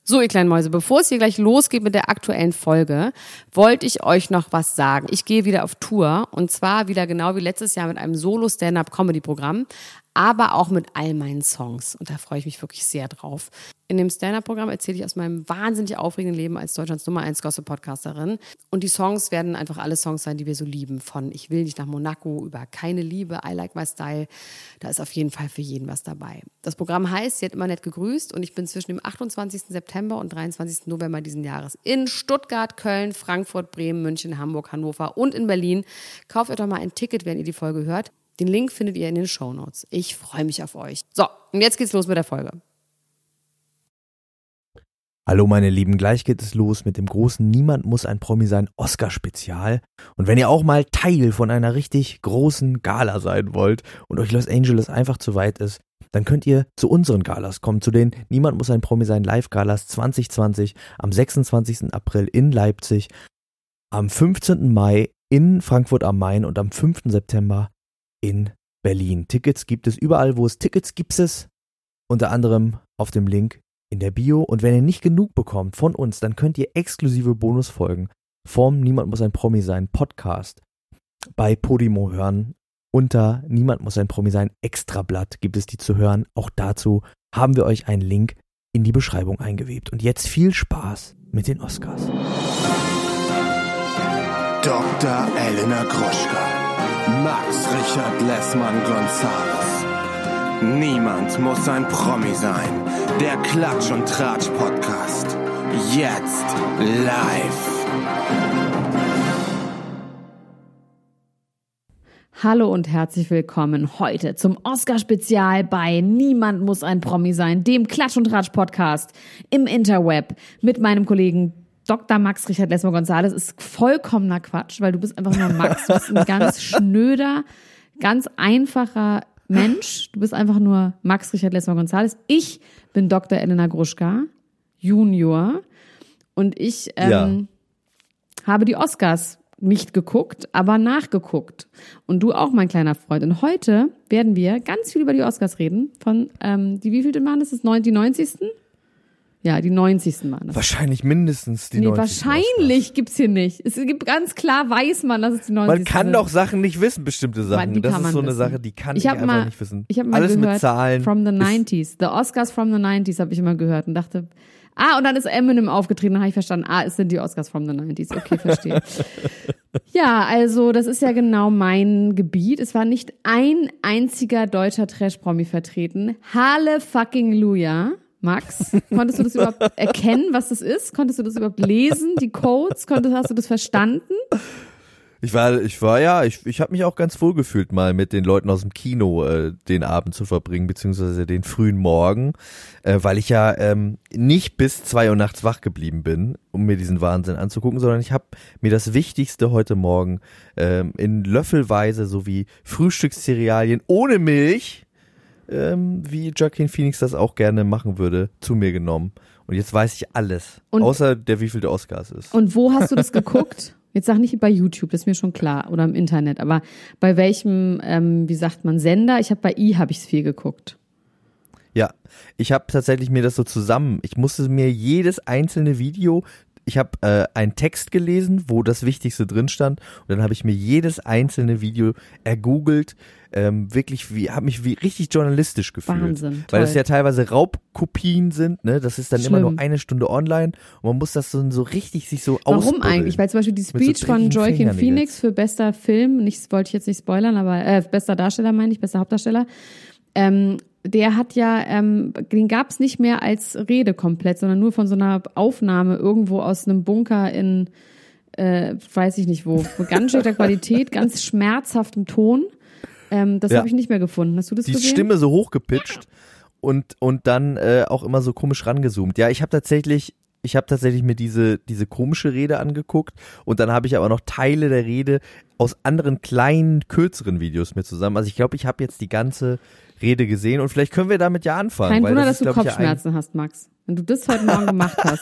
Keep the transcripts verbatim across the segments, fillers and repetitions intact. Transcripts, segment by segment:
So, ihr kleinen Mäuse, bevor es hier gleich losgeht mit der aktuellen Folge, wollte ich euch noch was sagen. Ich gehe wieder auf Tour und zwar wieder genau wie letztes Jahr mit einem Solo-Stand-Up-Comedy-Programm, aber auch mit all meinen Songs. Und da freue ich mich wirklich sehr drauf. In dem Stand-Up-Programm erzähle ich aus meinem wahnsinnig aufregenden Leben als Deutschlands Nummer eins Gossip-Podcasterin. Und die Songs werden einfach alle Songs sein, die wir so lieben. Von Ich will nicht nach Monaco über Keine Liebe, I Like My Style. Da ist auf jeden Fall für jeden was dabei. Das Programm heißt, Sie hat immer nett gegrüßt und ich bin zwischen dem achtundzwanzigsten September und dreiundzwanzigsten November diesen Jahres in Stuttgart, Köln, Frankfurt, Bremen, München, Hamburg, Hannover und in Berlin. Kauft euch doch mal ein Ticket, wenn ihr die Folge hört. Den Link findet ihr in den Shownotes. Ich freue mich auf euch. So, und jetzt geht's los mit der Folge. Hallo meine Lieben, gleich geht es los mit dem großen Niemand muss ein Promi sein Oscar-Spezial. Und wenn ihr auch mal Teil von einer richtig großen Gala sein wollt und euch Los Angeles einfach zu weit ist, dann könnt ihr zu unseren Galas kommen, zu den Niemand muss ein Promi sein Live-Galas zwanzig zwanzig am sechsundzwanzigsten April in Leipzig, am fünfzehnten Mai in Frankfurt am Main und am fünften September in Berlin. Tickets gibt es überall, wo es Tickets gibt es, unter anderem auf dem Link in der Bio. Und wenn ihr nicht genug bekommt von uns, dann könnt ihr exklusive Bonusfolgen vom Niemand muss ein Promi sein Podcast bei Podimo hören. Unter Niemand muss ein Promi sein Extrablatt gibt es die zu hören. Auch dazu haben wir euch einen Link in die Beschreibung eingewebt. Und jetzt viel Spaß mit den Oscars. Doktor Elena Gruschka, Max Richard Lessmann-Gonzales. Niemand muss ein Promi sein. Der Klatsch- und Tratsch-Podcast. Jetzt live. Hallo und herzlich willkommen heute zum Oscar-Spezial bei Niemand muss ein Promi sein, dem Klatsch- und Tratsch-Podcast im Interweb mit meinem Kollegen Doktor Max Richard Lessmann-Gonzales. Ist vollkommener Quatsch, weil du bist einfach nur Max. Du bist ein ganz schnöder, ganz einfacher Mensch. Du bist einfach nur Max Richard Lessmann-Gonzales. Ich bin Doktor Elena Gruschka, Junior. Und ich ähm, ja. habe die Oscars nicht geguckt, aber nachgeguckt. Und du auch, mein kleiner Freund. Und heute werden wir ganz viel über die Oscars reden. Von, ähm, die wievielten waren das? Das die neunzigsten Ja, die neunzigsten waren das. Wahrscheinlich mindestens die nee, neunzigsten wahrscheinlich Oscars. Gibt's hier nicht. Es gibt ganz klar, weiß man, dass es die neunzigsten Man kann sind. doch Sachen nicht wissen, bestimmte Sachen. Die das kann ist man so eine wissen. Sache, die kann ich, ich einfach mal, nicht wissen. Ich habe mal Alles gehört, mit Zahlen. From the nineties. The Oscars from the nineties habe ich immer gehört und dachte, ah, und dann ist Eminem aufgetreten, dann habe ich verstanden, ah, es sind die Oscars from the nineties. Okay, verstehe. Ja, also das ist ja genau mein Gebiet. Es war nicht ein einziger deutscher Trash-Promi vertreten. Halle fucking Luja. Max, konntest du das überhaupt erkennen, was das ist? Konntest du das überhaupt lesen, die Codes? Konntest, hast du das verstanden? Ich war, ich war ja, ich, ich habe mich auch ganz wohl gefühlt, mal mit den Leuten aus dem Kino äh, den Abend zu verbringen, beziehungsweise den frühen Morgen, äh, weil ich ja ähm, nicht bis zwei Uhr nachts wach geblieben bin, um mir diesen Wahnsinn anzugucken, sondern ich habe mir das Wichtigste heute Morgen ähm, in Löffelweise sowie Frühstückscerealien ohne Milch, ähm, wie Joaquin Phoenix das auch gerne machen würde, zu mir genommen. Und jetzt weiß ich alles, und, außer der wievielte Oscars ist. Und wo hast du das geguckt? Jetzt sag nicht bei YouTube, das ist mir schon klar, oder im Internet, aber bei welchem, ähm, wie sagt man, Sender? Ich habe bei i habe ich es viel geguckt. Ja, ich habe tatsächlich mir das so zusammen, ich musste mir jedes einzelne Video, ich habe äh, einen Text gelesen, wo das Wichtigste drin stand und dann habe ich mir jedes einzelne Video ergoogelt, ähm, wirklich, wie, habe mich wie richtig journalistisch gefühlt. Wahnsinn, weil toll. das ja teilweise Raubkopien sind, ne? Das ist dann Schlimm. immer nur eine Stunde online und man muss das so, so richtig sich so ausbuddeln. Warum eigentlich? Weil zum Beispiel die Speech so von Joaquin Fingernägeln. Phoenix für bester Film, nicht, wollte ich jetzt nicht spoilern, aber äh, bester Darsteller meine ich, bester Hauptdarsteller, ähm, der hat ja, ähm, den gab es nicht mehr als Rede komplett, sondern nur von so einer Aufnahme irgendwo aus einem Bunker in, äh, weiß ich nicht wo, mit ganz schlechter Qualität, ganz schmerzhaftem Ton. Ähm, das Ja. habe ich nicht mehr gefunden. Hast du das Die gesehen? Stimme so hochgepitcht und und dann äh, auch immer so komisch rangezoomt. Ja, ich habe tatsächlich, ich habe tatsächlich mir diese diese komische Rede angeguckt und dann habe ich aber noch Teile der Rede aus anderen kleinen, kürzeren Videos mir zusammen. Also ich glaube, ich habe jetzt die ganze Rede gesehen und vielleicht können wir damit ja anfangen. Kein weil Wunder, das dass ist, du glaub ich, Kopfschmerzen hast, Max. Wenn du das heute Morgen gemacht hast.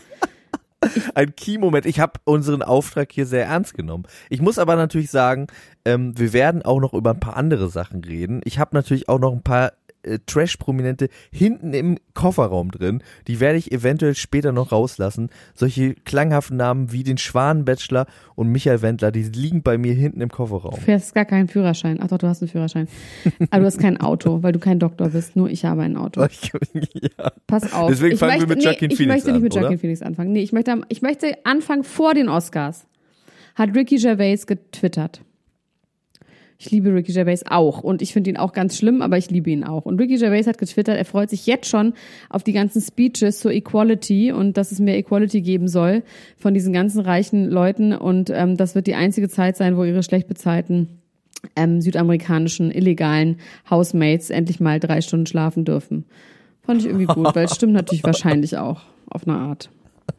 Ein Key-Moment. Ich habe unseren Auftrag hier sehr ernst genommen. Ich muss aber natürlich sagen, ähm, wir werden auch noch über ein paar andere Sachen reden. Ich habe natürlich auch noch ein paar äh, Trash-Prominente hinten im Kofferraum drin. Die werde ich eventuell später noch rauslassen. Solche klanghaften Namen wie den Schwanenbachelor und Michael Wendler, die liegen bei mir hinten im Kofferraum. Du fährst gar keinen Führerschein. Ach doch, du hast einen Führerschein. Aber du hast kein Auto, weil du kein Doktor bist. Nur ich habe ein Auto. Ja. Pass auf. Deswegen ich fangen möchte, wir mit Joaquin nee, Phoenix an, Ich möchte nicht mit Joaquin oder? Phoenix anfangen. Nee, ich möchte, ich möchte anfangen vor den Oscars. Hat Ricky Gervais getwittert. Ich liebe Ricky Gervais auch und ich finde ihn auch ganz schlimm, aber ich liebe ihn auch. Und Ricky Gervais hat getwittert, er freut sich jetzt schon auf die ganzen Speeches zur Equality und dass es mehr Equality geben soll von diesen ganzen reichen Leuten und ähm, das wird die einzige Zeit sein, wo ihre schlecht bezahlten ähm, südamerikanischen illegalen Housemates endlich mal drei Stunden schlafen dürfen. Fand ich irgendwie gut, weil es stimmt natürlich wahrscheinlich auch auf eine Art.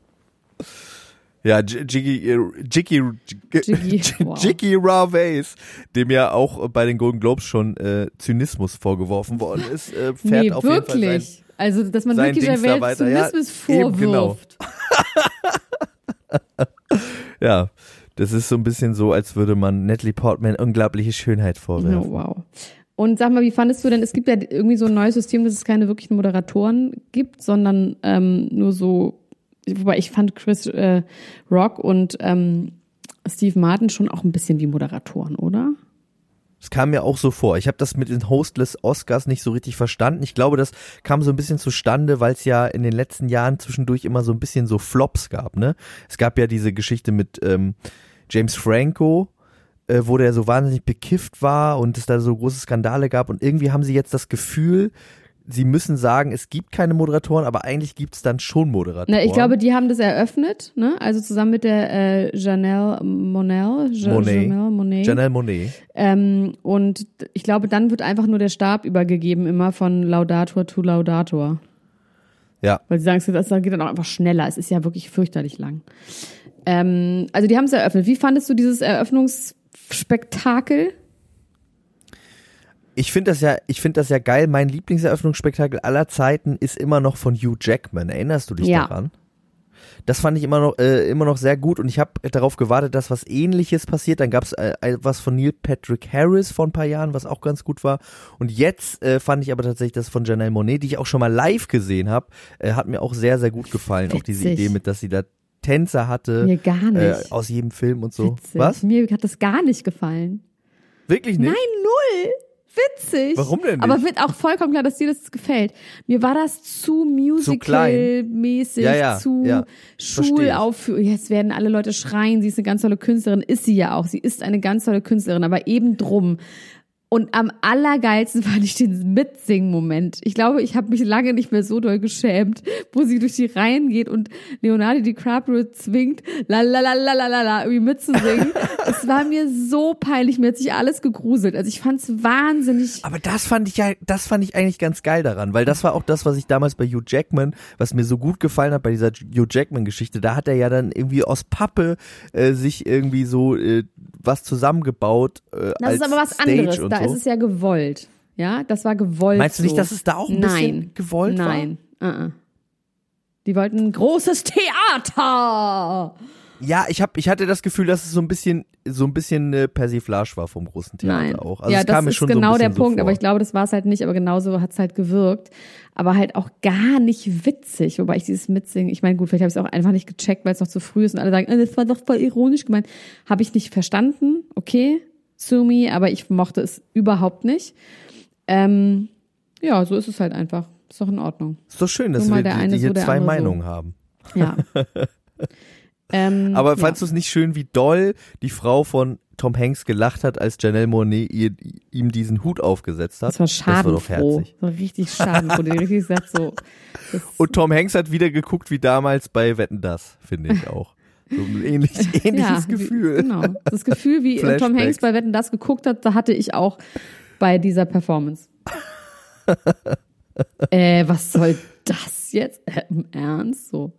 Ja, Jiggy, Jiggy, Jiggy, wow. Jiggy Gervais, dem ja auch bei den Golden Globes schon äh, Zynismus vorgeworfen worden ist, äh, fährt nee, auf wirklich. jeden Fall sein, also, dass man sein Ricky Dings da Gervais weiter. Zynismus Ja, eben, genau. vorwirft. Ja, das ist so ein bisschen so, als würde man Natalie Portman unglaubliche Schönheit vorwerfen. Oh, wow. Und sag mal, wie fandest du denn, es gibt ja irgendwie so ein neues System, dass es keine wirklichen Moderatoren gibt, sondern ähm, nur so, wobei ich fand Chris äh, Rock und ähm, Steve Martin schon auch ein bisschen wie Moderatoren, oder? Es kam mir auch so vor. Ich habe das mit den Hostless Oscars nicht so richtig verstanden. Ich glaube, das kam so ein bisschen zustande, weil es ja in den letzten Jahren zwischendurch immer so ein bisschen so Flops gab, ne? Es gab ja diese Geschichte mit ähm, James Franco, äh, wo der so wahnsinnig bekifft war und es da so große Skandale gab und irgendwie haben sie jetzt das Gefühl, sie müssen sagen, es gibt keine Moderatoren, aber eigentlich gibt es dann schon Moderatoren. Na, ich glaube, die haben das eröffnet, ne? Also zusammen mit der äh, Janelle Monáe. Ja, Monet. Janelle Monáe. Janelle Monáe. Ähm, und ich glaube, dann wird einfach nur der Stab übergegeben, immer von Laudator to Laudator. Ja. Weil sie sagen, das geht dann auch einfach schneller. Es ist ja wirklich fürchterlich lang. Ähm, also die haben es eröffnet. Wie fandest du dieses Eröffnungsspektakel? Ich finde das ja, ich finde das ja geil. Mein Lieblingseröffnungsspektakel aller Zeiten ist immer noch von Hugh Jackman. Erinnerst du dich ja. daran? Das fand ich immer noch, äh, immer noch sehr gut und ich habe darauf gewartet, dass was Ähnliches passiert. Dann gab es äh, was von Neil Patrick Harris vor ein paar Jahren, was auch ganz gut war. Und jetzt äh, fand ich aber tatsächlich das von Janelle Monáe, die ich auch schon mal live gesehen habe, äh, hat mir auch sehr, sehr gut gefallen. Witzig. Auch diese Idee mit, dass sie da Tänzer hatte. Mir gar nicht. Äh, aus jedem Film und so. Witzig. Was? Mir hat das gar nicht gefallen. Wirklich nicht? Nein, null. Witzig. Warum denn nicht? Aber wird auch vollkommen klar, dass dir das gefällt. Mir war das zu musical-mäßig, ja, ja, zu ja. Schulaufführung. Jetzt werden alle Leute schreien, sie ist eine ganz tolle Künstlerin. Ist sie ja auch. Sie ist eine ganz tolle Künstlerin, aber eben drum. Und am allergeilsten fand ich den Mitsingen-Moment. Ich glaube, ich habe mich lange nicht mehr so doll geschämt, wo sie durch die Reihen geht und Leonardo DiCaprio zwingt, la la la la la la la irgendwie mitzusingen. Es war mir so peinlich, mir hat sich alles gegruselt. Also ich fand's wahnsinnig. Aber das fand ich ja, das fand ich eigentlich ganz geil daran, weil das war auch das, was ich damals bei Hugh Jackman, was mir so gut gefallen hat bei dieser Hugh Jackman-Geschichte. Da hat er ja dann irgendwie aus Pappe äh, sich irgendwie so äh, was zusammengebaut. Äh, Das als ist aber was Stage anderes. und Da so. ist es ja gewollt. Ja, das war gewollt. Meinst du nicht, so. dass es da auch ein Nein. bisschen gewollt war? Nein. Uh-uh. Die wollten ein großes Theater. Ja, ich hab, ich hatte das Gefühl, dass es so ein bisschen, so ein bisschen eine Persiflage war vom großen Theater Nein. auch. Also ja, es kam das mir ist schon genau so ein der bisschen so Punkt, vor. aber ich glaube, das war es halt nicht, aber genauso hat es halt gewirkt. Aber halt auch gar nicht witzig, wobei ich dieses Mitsingen, ich meine, gut, vielleicht habe ich es auch einfach nicht gecheckt, weil es noch zu früh ist und alle sagen, äh, das war doch voll ironisch gemeint. Habe ich nicht verstanden, okay, sue me, aber ich mochte es überhaupt nicht. Ähm, ja, so ist es halt einfach. Ist doch in Ordnung. Ist doch schön, dass So mal wir der die, eine die hier so, der zwei andere so. Meinungen haben. Ja. ähm, Aber fandst ja. du es nicht schön, wie doll die Frau von Tom Hanks gelacht hat, als Janelle Monáe ihr, ihm diesen Hut aufgesetzt hat? Das war schadenfroh. Das war doch herzig. Das war richtig schadenfroh. Die richtig gesagt so. Das Und Tom Hanks hat wieder geguckt wie damals bei Wetten, dass, finde ich auch. So ein ähnlich, ähnliches ja, Gefühl. Wie, genau. Das Gefühl, wie Flashbacks. Tom Hanks bei Wetten, das geguckt hat, da hatte ich auch bei dieser Performance. äh, was soll das jetzt? Äh, Im Ernst? So.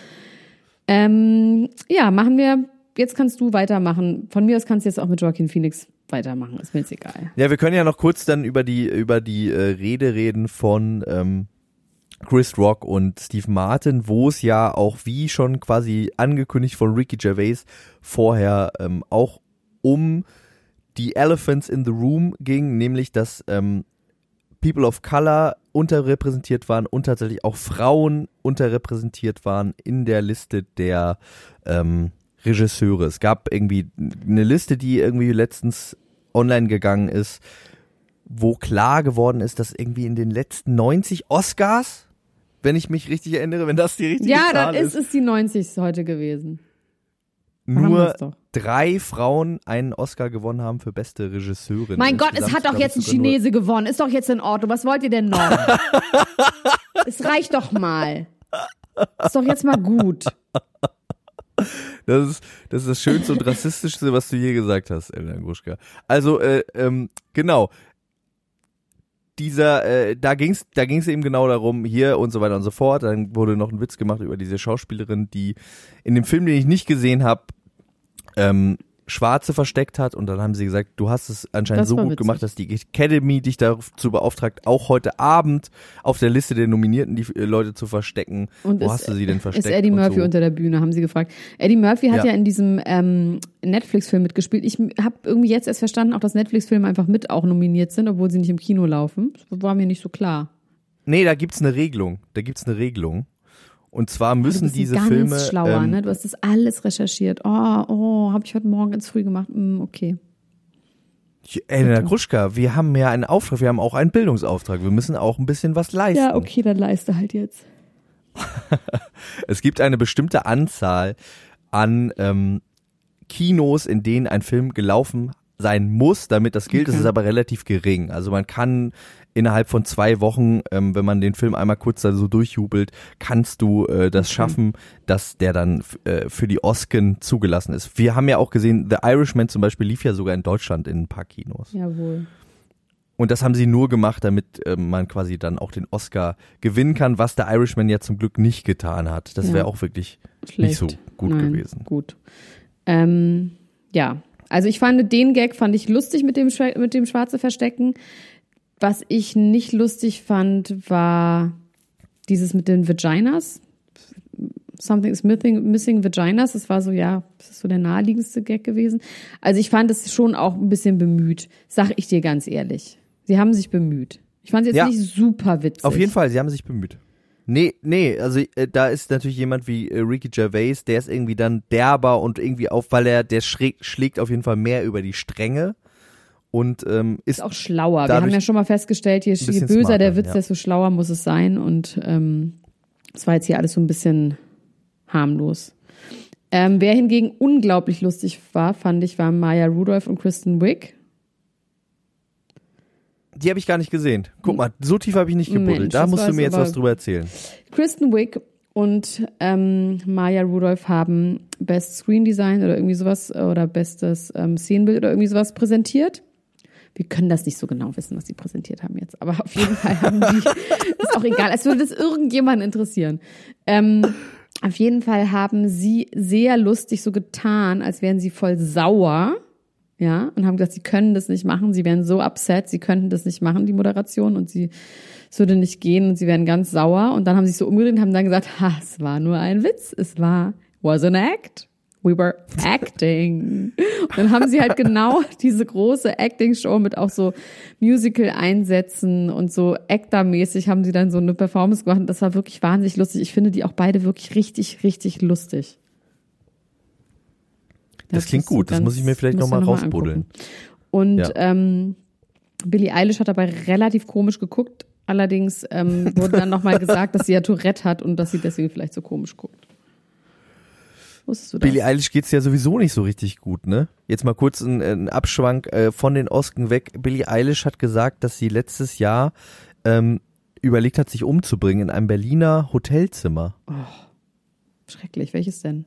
Ähm, ja, machen wir. Jetzt kannst du weitermachen. Von mir aus kannst du jetzt auch mit Joaquin Phoenix weitermachen. Ist mir jetzt egal. Ja, wir können ja noch kurz dann über die, über die äh, Rede reden von ähm, Chris Rock und Steve Martin, wo es ja auch wie schon quasi angekündigt von Ricky Gervais vorher ähm, auch um die Elephants in the Room ging, nämlich dass ähm, People of Color unterrepräsentiert waren und tatsächlich auch Frauen unterrepräsentiert waren in der Liste der ähm, Regisseure. Es gab irgendwie eine Liste, die irgendwie letztens online gegangen ist, wo klar geworden ist, dass irgendwie in den letzten neunzig Oscars, wenn ich mich richtig erinnere, wenn das die richtige ja, Zahl ist. Ja, dann ist es die neunzig heute gewesen. Nur drei Frauen einen Oscar gewonnen haben für beste Regisseurin. Mein Gott, es hat doch jetzt ein Chinese gewonnen. Ist doch jetzt in Ordnung. Was wollt ihr denn noch? Es reicht doch mal. Ist doch jetzt mal gut. Das ist, das ist das Schönste und Rassistischste, was du je gesagt hast, Elena Gruschka. Also, äh, ähm, genau. Dieser, äh, da ging's, da ging's eben genau darum, hier und so weiter und so fort. Dann wurde noch ein Witz gemacht über diese Schauspielerin, die in dem Film, den ich nicht gesehen habe, ähm, Schwarze versteckt hat, und dann haben sie gesagt, du hast es anscheinend das so gut witzig. gemacht, dass die Academy dich dazu beauftragt, auch heute Abend auf der Liste der Nominierten die äh, Leute zu verstecken. Und Wo ist, hast du sie denn versteckt? Ist Eddie Murphy so. unter der Bühne, haben sie gefragt. Eddie Murphy hat ja, Ja. in diesem ähm, Netflix-Film mitgespielt. Ich habe irgendwie jetzt erst verstanden, auch dass Netflix-Filme einfach mit auch nominiert sind, obwohl sie nicht im Kino laufen. Das war mir nicht so klar. Nee, da gibt's eine Regelung. Da gibt's eine Regelung. Und zwar müssen du bist diese ganz Filme. schlauer, ähm, ne? Du hast das alles recherchiert. Oh, oh, habe ich heute Morgen ganz früh gemacht. Mm, okay. Elena Gruschka, wir haben ja einen Auftrag, wir haben auch einen Bildungsauftrag. Wir müssen auch ein bisschen was leisten. Ja, okay, dann leiste halt jetzt. Es gibt eine bestimmte Anzahl an ähm, Kinos, in denen ein Film gelaufen sein muss, damit das gilt. Okay. Das ist aber relativ gering. Also man kann innerhalb von zwei Wochen, ähm, wenn man den Film einmal kurz da so durchjubelt, kannst du äh, das Okay. schaffen, dass der dann äh, für die Oscar zugelassen ist. Wir haben ja auch gesehen, The Irishman zum Beispiel lief ja sogar in Deutschland in ein paar Kinos. Jawohl. Und das haben sie nur gemacht, damit äh, man quasi dann auch den Oscar gewinnen kann, was der Irishman ja zum Glück nicht getan hat. Das Ja. wäre auch wirklich Schlecht. nicht so gut Nein, gewesen. Gut. Ähm, ja, also ich fand den Gag fand ich lustig mit dem Schwa- mit dem schwarze Verstecken. Was ich nicht lustig fand, war dieses mit den Vaginas. Something is missing, missing Vaginas. Das war so, ja, das ist so der naheliegendste Gag gewesen. Also ich fand es schon auch ein bisschen bemüht, sag ich dir ganz ehrlich. Sie haben sich bemüht. Ich fand es jetzt Ja. nicht super witzig. Auf jeden Fall, sie haben sich bemüht. Nee, nee, also äh, da ist natürlich jemand wie äh, Ricky Gervais, der ist irgendwie dann derber und irgendwie auf, weil er, der schräg, schlägt auf jeden Fall mehr über die Stränge und ähm, ist Ist auch schlauer. Wir dadurch haben ja schon mal festgestellt, je, ein je bisschen böser der smarter, Witz, ja. desto schlauer muss es sein. Und ähm, das war jetzt hier alles so ein bisschen harmlos. Ähm, wer hingegen unglaublich lustig war, fand ich, waren Maya Rudolph und Kristen Wiig. die habe ich gar nicht gesehen. Guck mal, so tief habe ich nicht gebuddelt. Mensch, da das musst du weiß mir jetzt aber- was drüber erzählen. Kristen Wiig und ähm, Maya Rudolph haben Best Screen Design oder irgendwie sowas oder bestes ähm, Szenenbild oder irgendwie sowas präsentiert. Wir können das nicht so genau wissen, was sie präsentiert haben jetzt, aber auf jeden Fall haben die, ist auch egal, als würde das irgendjemanden interessieren. Ähm, auf jeden Fall haben sie sehr lustig so getan, als wären sie voll sauer, ja, und haben gesagt, sie können das nicht machen, sie wären so upset, sie könnten das nicht machen, die Moderation, und sie, es würde nicht gehen und sie wären ganz sauer, und dann haben sie sich so umgedreht und haben dann gesagt, ha, es war nur ein Witz, es war, was an act. We were acting. Und dann haben sie halt genau diese große Acting-Show mit auch so Musical-Einsätzen und so Actor-mäßig haben sie dann so eine Performance gemacht. Und das war wirklich wahnsinnig lustig. Ich finde die auch beide wirklich richtig, richtig lustig. Das klingt ist so gut, das ganz- muss ich mir vielleicht muss nochmal man noch mal rausbuddeln. angucken. Und Ja. ähm, Billie Eilish hat dabei relativ komisch geguckt. Allerdings ähm, wurde dann nochmal gesagt, dass sie ja Tourette hat und dass sie deswegen vielleicht so komisch guckt. Wusstest du das? Billie Eilish geht's ja sowieso nicht so richtig gut, ne? Jetzt mal kurz ein, ein Abschwank äh, von den Oscars weg. Billie Eilish hat gesagt, dass sie letztes Jahr ähm, überlegt hat, sich umzubringen in einem Berliner Hotelzimmer. Schrecklich, welches denn?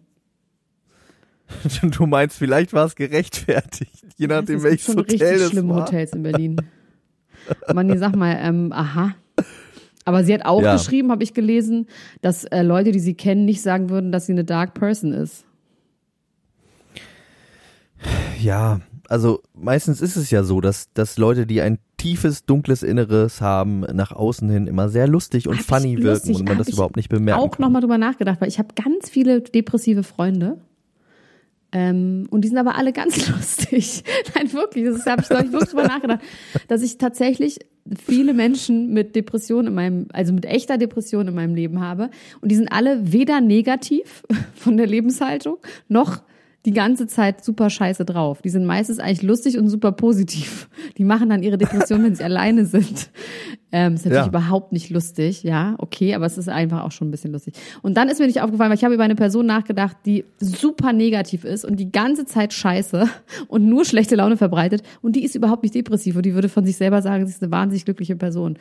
Du meinst, vielleicht war es gerechtfertigt, je nachdem Es gibt welches schon Hotel richtig das schlimme war. Hotels in Berlin. Manni, sag mal, ähm, aha. Aber sie hat auch Ja. geschrieben, habe ich gelesen, dass äh, Leute, die sie kennen, nicht sagen würden, dass sie eine Dark Person ist. Ja, also meistens ist es ja so, dass, dass Leute, die ein tiefes, dunkles Inneres haben, nach außen hin immer sehr lustig und Hab ich funny wirken lustig, und man hab das ich überhaupt nicht bemerken Auch kann. nochmal drüber nachgedacht, weil ich habe ganz viele depressive Freunde. Ähm, und die sind aber alle ganz lustig. Nein, wirklich, das habe ich, glaube ich, wirklich drüber nachgedacht, dass ich tatsächlich viele Menschen mit Depressionen in meinem, also mit echter Depression in meinem Leben habe. Und die sind alle weder negativ von der Lebenshaltung, noch die ganze Zeit super scheiße drauf. Die sind meistens eigentlich lustig und super positiv. Die machen dann ihre Depression, wenn sie alleine sind. Ähm, ist natürlich ja. überhaupt nicht lustig, ja, okay, aber es ist einfach auch schon ein bisschen lustig. Und dann ist mir nicht aufgefallen, weil ich habe über eine Person nachgedacht, die super negativ ist und die ganze Zeit scheiße und nur schlechte Laune verbreitet und die ist überhaupt nicht depressiv und die würde von sich selber sagen, sie ist eine wahnsinnig glückliche Person.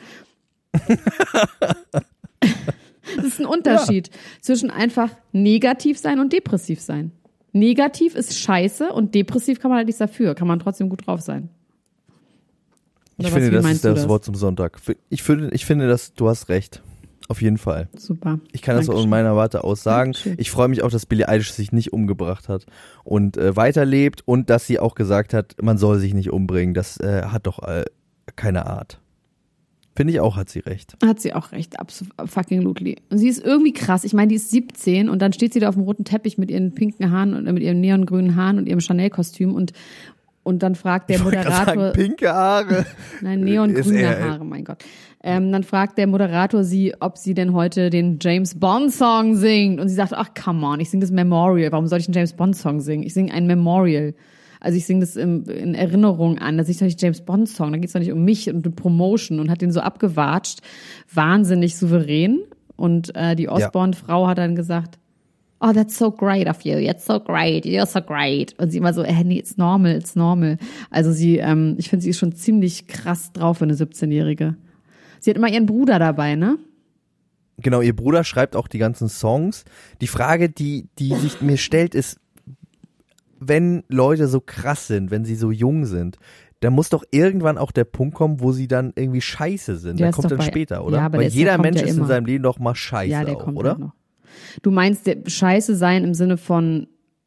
Das ist ein Unterschied ja. zwischen einfach negativ sein und depressiv sein. Negativ ist scheiße und depressiv kann man halt nichts dafür, kann man trotzdem gut drauf sein. Oder ich was, finde, das ist das, das Wort zum Sonntag. Ich finde, ich finde, dass du hast recht. Auf jeden Fall. Super. Ich kann Dankeschön. Das auch in meiner Warte aus sagen. Dankeschön. Ich freue mich auch, dass Billie Eilish sich nicht umgebracht hat und äh, weiterlebt und dass sie auch gesagt hat, man soll sich nicht umbringen. Das äh, hat doch äh, keine Art. Finde ich auch, hat sie recht. Hat sie auch recht, absolut fucking lutely. Und sie ist irgendwie krass. Ich meine, die ist siebzehn und dann steht sie da auf dem roten Teppich mit ihren pinken Haaren und mit ihren neongrünen Haaren und ihrem Chanel-Kostüm und Und dann fragt der Moderator. Sagen, pinke Haare. Nein, neongrüne Haare, mein Gott. Ähm, dann fragt der Moderator sie, ob sie denn heute den James Bond Song singt. Und sie sagt, ach, come on, ich singe das Memorial. Warum soll ich einen James Bond Song singen? Ich singe ein Memorial. Also ich singe das im, in Erinnerung an. Das ist doch nicht James Bond Song. Da geht es doch nicht um mich und um Promotion. Und hat den so abgewatscht. Wahnsinnig souverän. Und äh, die Osborne-Frau hat dann gesagt, oh, that's so great of you. It's so great. You're so great. Und sie immer so, hey, nee, it's normal, it's normal. Also sie, ähm, ich finde, sie ist schon ziemlich krass drauf für eine siebzehnjährige. Sie hat immer ihren Bruder dabei, ne? Genau, ihr Bruder schreibt auch die ganzen Songs. Die Frage, die, die sich mir stellt, ist, wenn Leute so krass sind, wenn sie so jung sind, da muss doch irgendwann auch der Punkt kommen, wo sie dann irgendwie scheiße sind. Der, der kommt dann bei, später, oder? Ja, aber weil der jeder ist, Mensch ja ist immer. in seinem Leben doch mal scheiße, ja, der auch, kommt oder? Halt noch. Du meinst der scheiße sein im Sinne von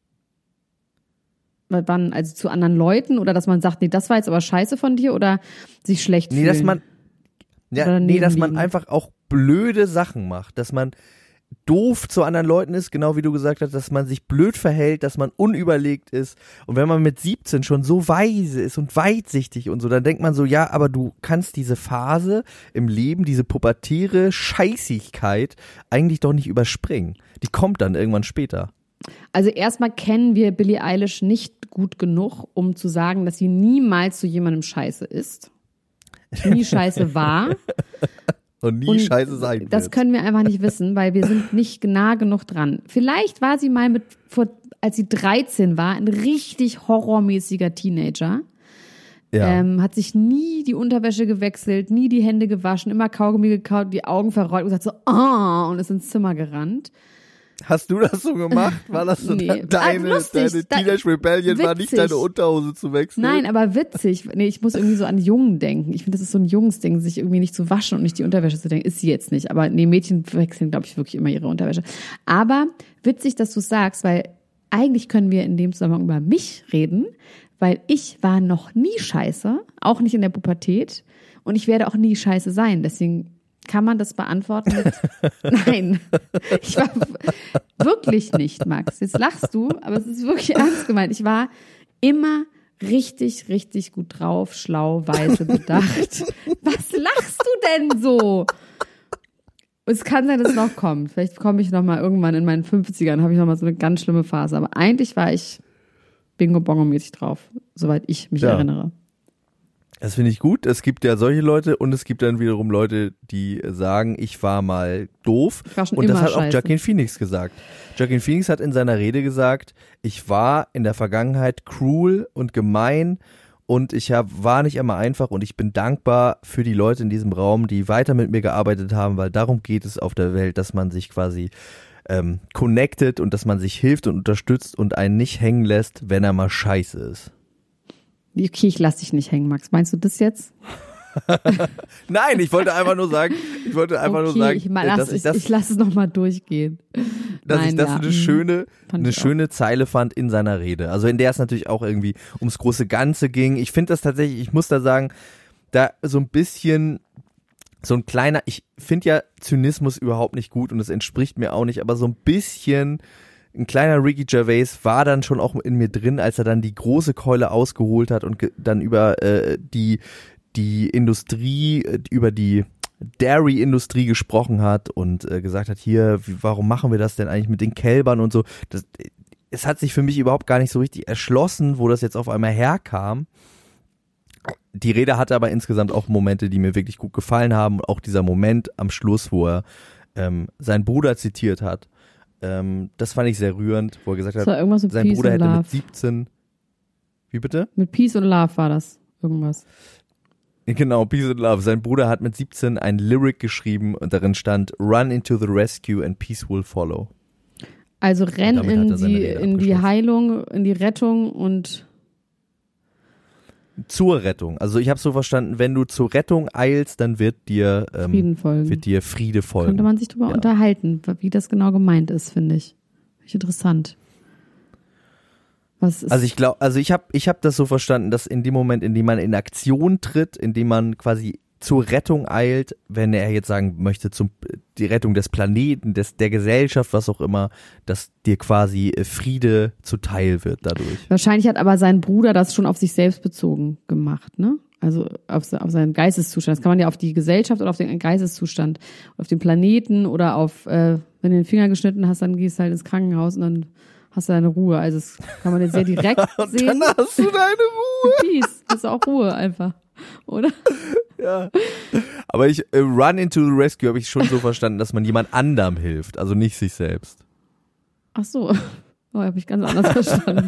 wann, also zu anderen Leuten oder dass man sagt, nee, das war jetzt aber scheiße von dir oder sich schlecht nee, fühlen? Dass man, ja, nee, dass man einfach auch blöde Sachen macht, dass man doof zu anderen Leuten ist, genau wie du gesagt hast, dass man sich blöd verhält, dass man unüberlegt ist. Und wenn man mit siebzehn schon so weise ist und weitsichtig und so, dann denkt man so, ja, aber du kannst diese Phase im Leben, diese pubertäre Scheißigkeit eigentlich doch nicht überspringen. Die kommt dann irgendwann später. Also erstmal kennen wir Billie Eilish nicht gut genug, um zu sagen, dass sie niemals zu jemandem scheiße ist. Nie scheiße war. Und nie und scheiße sein wird. Das können wir einfach nicht wissen, weil wir sind nicht nah genug dran. Vielleicht war sie mal mit, vor, als sie dreizehn war, ein richtig horrormäßiger Teenager. Ja. Ähm, hat sich nie die Unterwäsche gewechselt, nie die Hände gewaschen, immer Kaugummi gekaut, die Augen verrollt und gesagt so, ah, und ist ins Zimmer gerannt. Hast du das so gemacht? War das so nee. deine, also deine Teenage Rebellion, war nicht deine Unterhose zu wechseln? Nein, aber witzig. Nee, ich muss irgendwie so an Jungen denken. Ich finde, das ist so ein Jungsding, sich irgendwie nicht zu waschen und nicht die Unterwäsche zu denken. Ist sie jetzt nicht. Aber nee, Mädchen wechseln, glaube ich, wirklich immer ihre Unterwäsche. Aber witzig, dass du sagst, weil eigentlich können wir in dem Zusammenhang über mich reden, weil ich war noch nie scheiße, auch nicht in der Pubertät. Und ich werde auch nie scheiße sein. Deswegen kann man das beantworten mit nein. Ich war wirklich nicht, Max. Jetzt lachst du, aber es ist wirklich ernst gemeint. Ich war immer richtig, richtig gut drauf, schlau, weise, bedacht. Was lachst du denn so? Es kann sein, dass es noch kommt. Vielleicht komme ich noch mal irgendwann in meinen fünfzigern, habe ich noch mal so eine ganz schlimme Phase. Aber eigentlich war ich bingo-bongo-mäßig drauf, soweit ich mich ja. erinnere. Das finde ich gut. Es gibt ja solche Leute und es gibt dann wiederum Leute, die sagen, ich war mal doof. Ich war schon und das immer hat auch scheiße. Joaquin Phoenix gesagt. Joaquin Phoenix hat in seiner Rede gesagt, ich war in der Vergangenheit cruel und gemein und ich hab, war nicht immer einfach und ich bin dankbar für die Leute in diesem Raum, die weiter mit mir gearbeitet haben, weil darum geht es auf der Welt, dass man sich quasi ähm, connected und dass man sich hilft und unterstützt und einen nicht hängen lässt, wenn er mal scheiße ist. Okay, ich lass dich nicht hängen, Max. Meinst du das jetzt? Nein, ich wollte einfach nur sagen, ich wollte einfach okay, nur sagen, ich, lass, dass ich das, ich, ich lasse es nochmal durchgehen. Dass Nein, ich das ja. eine schöne, fand eine schöne Zeile fand in seiner Rede. Also in der es natürlich auch irgendwie ums große Ganze ging. Ich finde das tatsächlich, ich muss da sagen, da so ein bisschen so ein kleiner, ich finde ja Zynismus überhaupt nicht gut und es entspricht mir auch nicht, aber so ein bisschen ein kleiner Ricky Gervais war dann schon auch in mir drin, als er dann die große Keule ausgeholt hat und ge- dann über äh, die die Industrie, über die Dairy-Industrie gesprochen hat und äh, gesagt hat, hier, wie, warum machen wir das denn eigentlich mit den Kälbern und so. Das, es hat sich für mich überhaupt gar nicht so richtig erschlossen, wo das jetzt auf einmal herkam. Die Rede hatte aber insgesamt auch Momente, die mir wirklich gut gefallen haben. Auch dieser Moment am Schluss, wo er ähm, seinen Bruder zitiert hat. Ähm, das fand ich sehr rührend, wo er gesagt hat, sein Peace Bruder hätte mit siebzehn... Wie bitte? Mit Peace und Love war das irgendwas. Genau, Peace and Love. Sein Bruder hat mit siebzehn ein Lyric geschrieben und darin stand Run into the rescue and peace will follow. Also renn in die, in die Heilung, in die Rettung und zur Rettung. Also ich habe so verstanden, wenn du zur Rettung eilst, dann wird dir ähm, Frieden folgen. Wird dir Friede folgen. Könnte man sich darüber ja. unterhalten, wie das genau gemeint ist, finde ich. Finde ich interessant. Was ist also ich glaube, also ich habe ich habe das so verstanden, dass in dem Moment, in dem man in Aktion tritt, in dem man quasi zur Rettung eilt, wenn er jetzt sagen möchte, zum die Rettung des Planeten, des der Gesellschaft, was auch immer, dass dir quasi Friede zuteil wird dadurch. Wahrscheinlich hat aber sein Bruder das schon auf sich selbst bezogen gemacht, ne? Also auf, auf seinen Geisteszustand. Das kann man ja auf die Gesellschaft oder auf den Geisteszustand, auf den Planeten oder auf, äh, wenn du den Finger geschnitten hast, dann gehst du halt ins Krankenhaus und dann hast du deine Ruhe. Also das kann man jetzt sehr direkt sehen. Und dann hast du deine Ruhe. Peace. Hast du auch Ruhe einfach, oder? Ja. Aber ich äh, Run into the rescue habe ich schon so verstanden, dass man jemand anderem hilft, also nicht sich selbst. Ach so. Oh, habe ich ganz anders verstanden.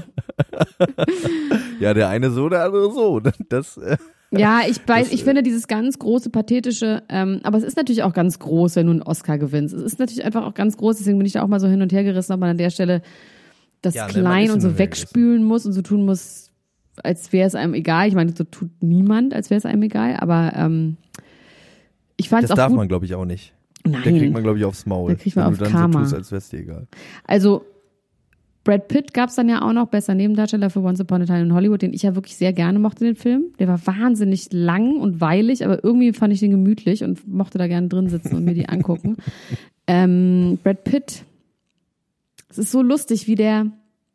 Ja, der eine so, der andere so. Das, äh, ja, ich weiß, das, ich finde dieses ganz große, pathetische, ähm, aber es ist natürlich auch ganz groß, wenn du einen Oscar gewinnst. Es ist natürlich einfach auch ganz groß, deswegen bin ich da auch mal so hin und her gerissen, ob man an der Stelle das ja, klein und so wegspülen muss und so tun muss, als wäre es einem egal. Ich meine, so tut niemand, als wäre es einem egal, aber ähm, ich fand es auch Das darf gut. man, glaube ich, auch nicht. Nein. Da kriegt man, glaube ich, aufs Maul. Da kriegt man wenn auf du dann Karma. so tust, als wär's dir egal. Also Brad Pitt gab es dann ja auch noch, bester Nebendarsteller für Once Upon a Time in Hollywood, den ich ja wirklich sehr gerne mochte, den Film. Der war wahnsinnig lang und weilig, aber irgendwie fand ich den gemütlich und mochte da gerne drin sitzen und mir die angucken. ähm, Brad Pitt, es ist so lustig, wie der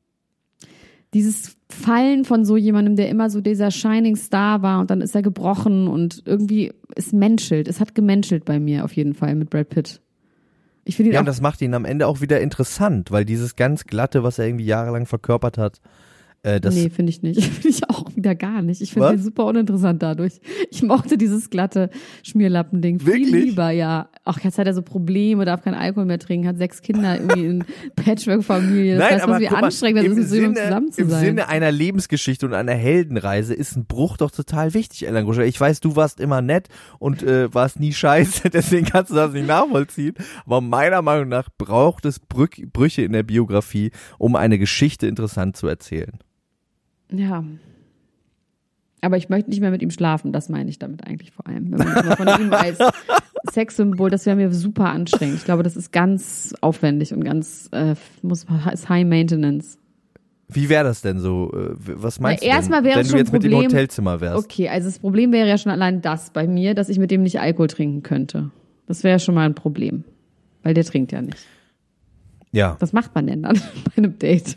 dieses Fallen von so jemandem, der immer so dieser Shining Star war und dann ist er gebrochen und irgendwie es menschelt. Es hat gemenschelt bei mir auf jeden Fall mit Brad Pitt. Ich finde ihn ja, auch und das macht ihn am Ende auch wieder interessant, weil dieses ganz Glatte, was er irgendwie jahrelang verkörpert hat, äh, das nee, finde ich nicht. Finde ich auch wieder gar nicht. Ich finde ihn super uninteressant dadurch. Ich mochte dieses glatte Schmierlappending viel Wirklich? lieber, ja. Ach, jetzt hat er so Probleme, darf keinen Alkohol mehr trinken, hat sechs Kinder irgendwie in Patchwork-Familie. Das Nein, heißt, aber wie guck mal, anstrengend das im ist, so jemand Sinne, zusammen zu im sein. Sinne einer Lebensgeschichte und einer Heldenreise ist ein Bruch doch total wichtig, Ellen Gruschka. Ich weiß, du warst immer nett und äh, warst nie scheiße, deswegen kannst du das nicht nachvollziehen. Aber meiner Meinung nach braucht es Brüch, Brüche in der Biografie, um eine Geschichte interessant zu erzählen. Ja. Aber ich möchte nicht mehr mit ihm schlafen, das meine ich damit eigentlich vor allem. Wenn man von ihm als Sexsymbol, das wäre mir super anstrengend. Ich glaube, das ist ganz aufwendig und ganz, äh, muss, ist High Maintenance. Wie wäre das denn so? Was meinst Na, du erstmal denn, wäre wenn schon du jetzt Problem, mit dem Hotelzimmer wärst? Okay, also das Problem wäre ja schon allein das bei mir, dass ich mit dem nicht Alkohol trinken könnte. Das wäre schon mal ein Problem. Weil der trinkt ja nicht. Ja. Was macht man denn dann bei einem Date?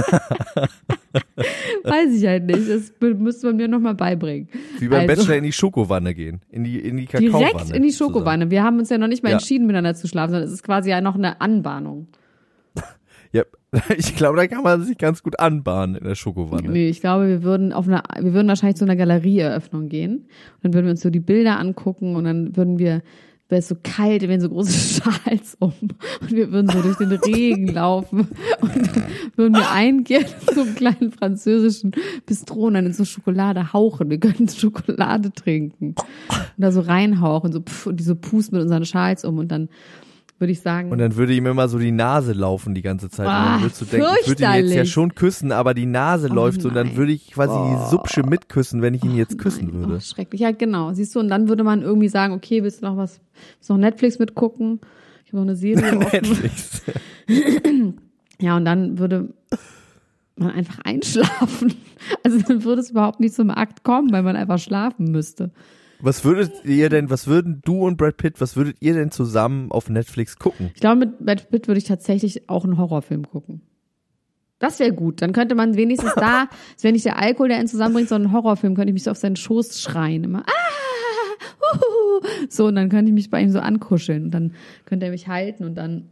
Weiß ich halt nicht. Das müsste man mir nochmal beibringen. Wie beim also, Bachelor in die Schokowanne gehen. In die, in die Kakaowanne. Direkt in die Schokowanne. Wir haben uns ja noch nicht mal ja. entschieden, miteinander zu schlafen, sondern es ist quasi ja noch eine Anbahnung. Ja, ich glaube, da kann man sich ganz gut anbahnen in der Schokowanne. Nee, ich glaube, wir würden auf einer, wir würden wahrscheinlich zu einer Galerieeröffnung gehen. Und dann würden wir uns so die Bilder angucken und dann würden wir, wäre es so kalt, wir wären so große Schals um und wir würden so durch den Regen laufen und dann würden wir eingehen in so einem kleinen französischen Bistro und dann in so Schokolade hauchen. Wir könnten Schokolade trinken und da so reinhauchen so pff, und die so pusten mit unseren Schals um und dann würde ich sagen. Und dann würde ihm immer so die Nase laufen die ganze Zeit. Ah, und dann würdest du denken, ich würde ihn jetzt ja schon küssen, aber die Nase oh, läuft so und dann nein. würde ich quasi oh. die Subsche mitküssen, wenn ich ihn jetzt küssen Nein, würde. Oh, schrecklich, ja genau. Siehst du, und dann würde man irgendwie sagen, okay, willst du noch was, willst du noch Netflix mitgucken? Ich habe noch eine Serie Netflix. Ja, und dann würde man einfach einschlafen. Also dann würde es überhaupt nicht zum Akt kommen, weil man einfach schlafen müsste. Was würdet ihr denn, was würden du und Brad Pitt, was würdet ihr denn zusammen auf Netflix gucken? Ich glaube, mit Brad Pitt würde ich tatsächlich auch einen Horrorfilm gucken. Das wäre gut. Dann könnte man wenigstens da, das wäre nicht der Alkohol, der einen zusammenbringt, sondern ein Horrorfilm, könnte ich mich so auf seinen Schoß schreien. Immer, ah, huhuhu. So, und dann könnte ich mich bei ihm so ankuscheln. Und dann könnte er mich halten und dann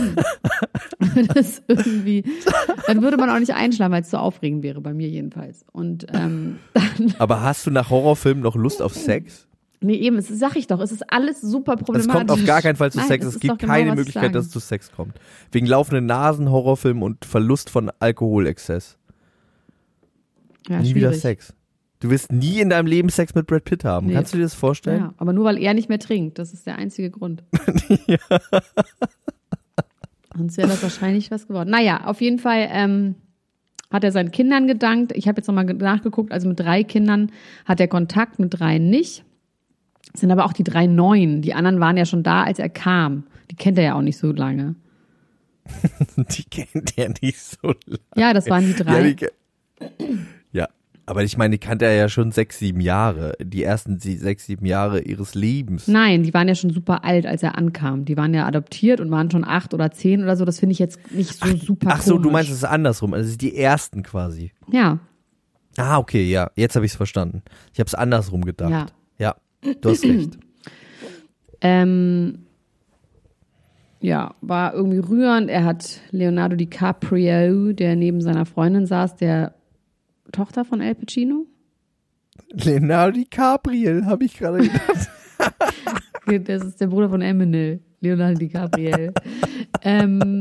das irgendwie, dann würde man auch nicht einschlafen, weil es so aufregend wäre, bei mir jedenfalls. Und ähm, dann, Aber hast du nach Horrorfilmen noch Lust auf Sex? nee, eben, das sag ich doch, es ist alles super problematisch. Es kommt auf gar keinen Fall zu Nein, Sex. es Es ist gibt doch genau, keine was ich Möglichkeit, sage. dass es zu Sex kommt. Wegen laufenden Nasen, Horrorfilmen und Verlust von Alkoholexzess. Ja, nie wieder schwierig. Sex. Du wirst nie in deinem Leben Sex mit Brad Pitt haben. Nee. Kannst du dir das vorstellen? Ja, aber nur weil er nicht mehr trinkt, das ist der einzige Grund. Ja. Sonst wäre das wahrscheinlich was geworden. Naja, auf jeden Fall ähm, hat er seinen Kindern gedankt. Ich habe jetzt nochmal nachgeguckt, also mit drei Kindern hat er Kontakt, mit drei nicht. Das sind aber auch die drei Neuen. Die anderen waren ja schon da, als er kam. Die kennt er ja auch nicht so lange. Die kennt er nicht so lange. Ja, das waren die Ja, drei. die, ke- ja, aber ich meine, die kannte er ja schon sechs, sieben Jahre. Die ersten sie- sechs, sieben Jahre ihres Lebens. Nein, die waren ja schon super alt, als er ankam. Die waren ja adoptiert und waren schon acht oder zehn oder so. Das finde ich jetzt nicht so super Ach so, komisch. du meinst es ist andersrum. Also die ersten quasi. Ja, Ah, okay, ja. Jetzt habe ich es verstanden. Ich habe es andersrum gedacht. Ja. Ja, du hast recht. ähm, ja, war irgendwie rührend. Er hat Leonardo DiCaprio, der neben seiner Freundin saß, der Tochter von Al Pacino. Leonardo DiCaprio, habe ich gerade gedacht. Das ist der Bruder von Eminem, Leonardo DiCaprio. ähm,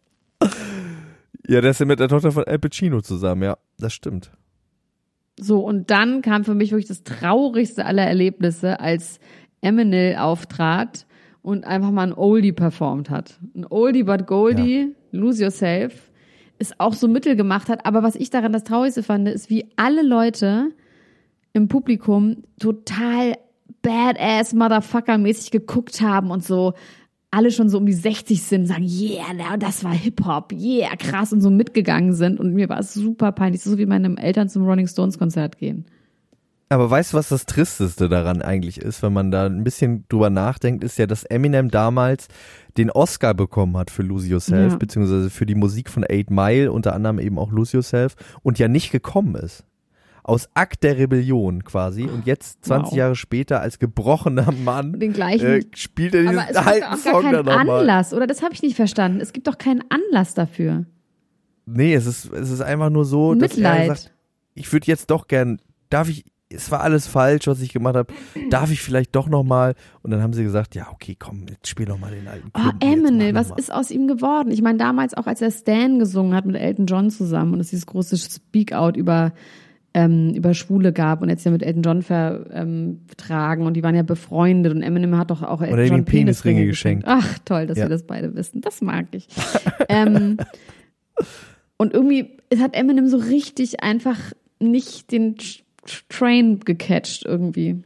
Ja, der ist ja mit der Tochter von Al Pacino zusammen, ja. Das stimmt. so, und dann kam für mich wirklich das traurigste aller Erlebnisse, als Eminem auftrat und einfach mal ein Oldie performt hat. Ein Oldie but Goldie, Lose Yourself, ist auch so mittel gemacht hat. Aber was ich daran das Traurigste fand, ist, wie alle Leute im Publikum total badass Motherfucker-mäßig geguckt haben und so alle schon so um die sechzig sind und sagen, yeah, das war Hip-Hop, yeah, krass, und so mitgegangen sind. Und mir war es super peinlich, so wie meine Eltern zum Rolling Stones Konzert gehen. Aber weißt du, was das Tristeste daran eigentlich ist, wenn man da ein bisschen drüber nachdenkt, ist ja, dass Eminem damals den Oscar bekommen hat für Lose Yourself, Ja. beziehungsweise für die Musik von Eight Mile, unter anderem eben auch Lose Yourself, und ja nicht gekommen ist. Aus Akt der Rebellion quasi. Und jetzt, zwanzig Wow. Jahre später, als gebrochener Mann, Den gleichen. äh, spielt er diesen Aber es gibt alten doch auch Song gar dann keinen nochmal. Anlass, oder? Das habe ich nicht verstanden. Es gibt doch keinen Anlass dafür. Nee, es ist, es ist einfach nur so, dass Mitleid. er sagt, ich würde jetzt doch gern, darf ich, es war alles falsch, was ich gemacht habe, darf ich vielleicht doch nochmal? Und dann haben sie gesagt, ja, okay, komm, jetzt spiel doch mal den alten Oh, Klumpen, jetzt Eminem, mach was noch mal. ist aus ihm geworden? Ich meine, damals auch, als er Stan gesungen hat mit Elton John zusammen und es dieses große Speak-Out über, ähm, über Schwule gab und jetzt ja mit Elton John ver, ähm, vertragen und die waren ja befreundet und Eminem hat doch auch Elton Oder ihm John Penisringe Penisringe geschenkt. geschenkt. Ach, toll, dass Ja. wir das beide wissen. Das mag ich. ähm, und irgendwie hat Eminem so richtig einfach nicht den Tr- Train gecatcht irgendwie.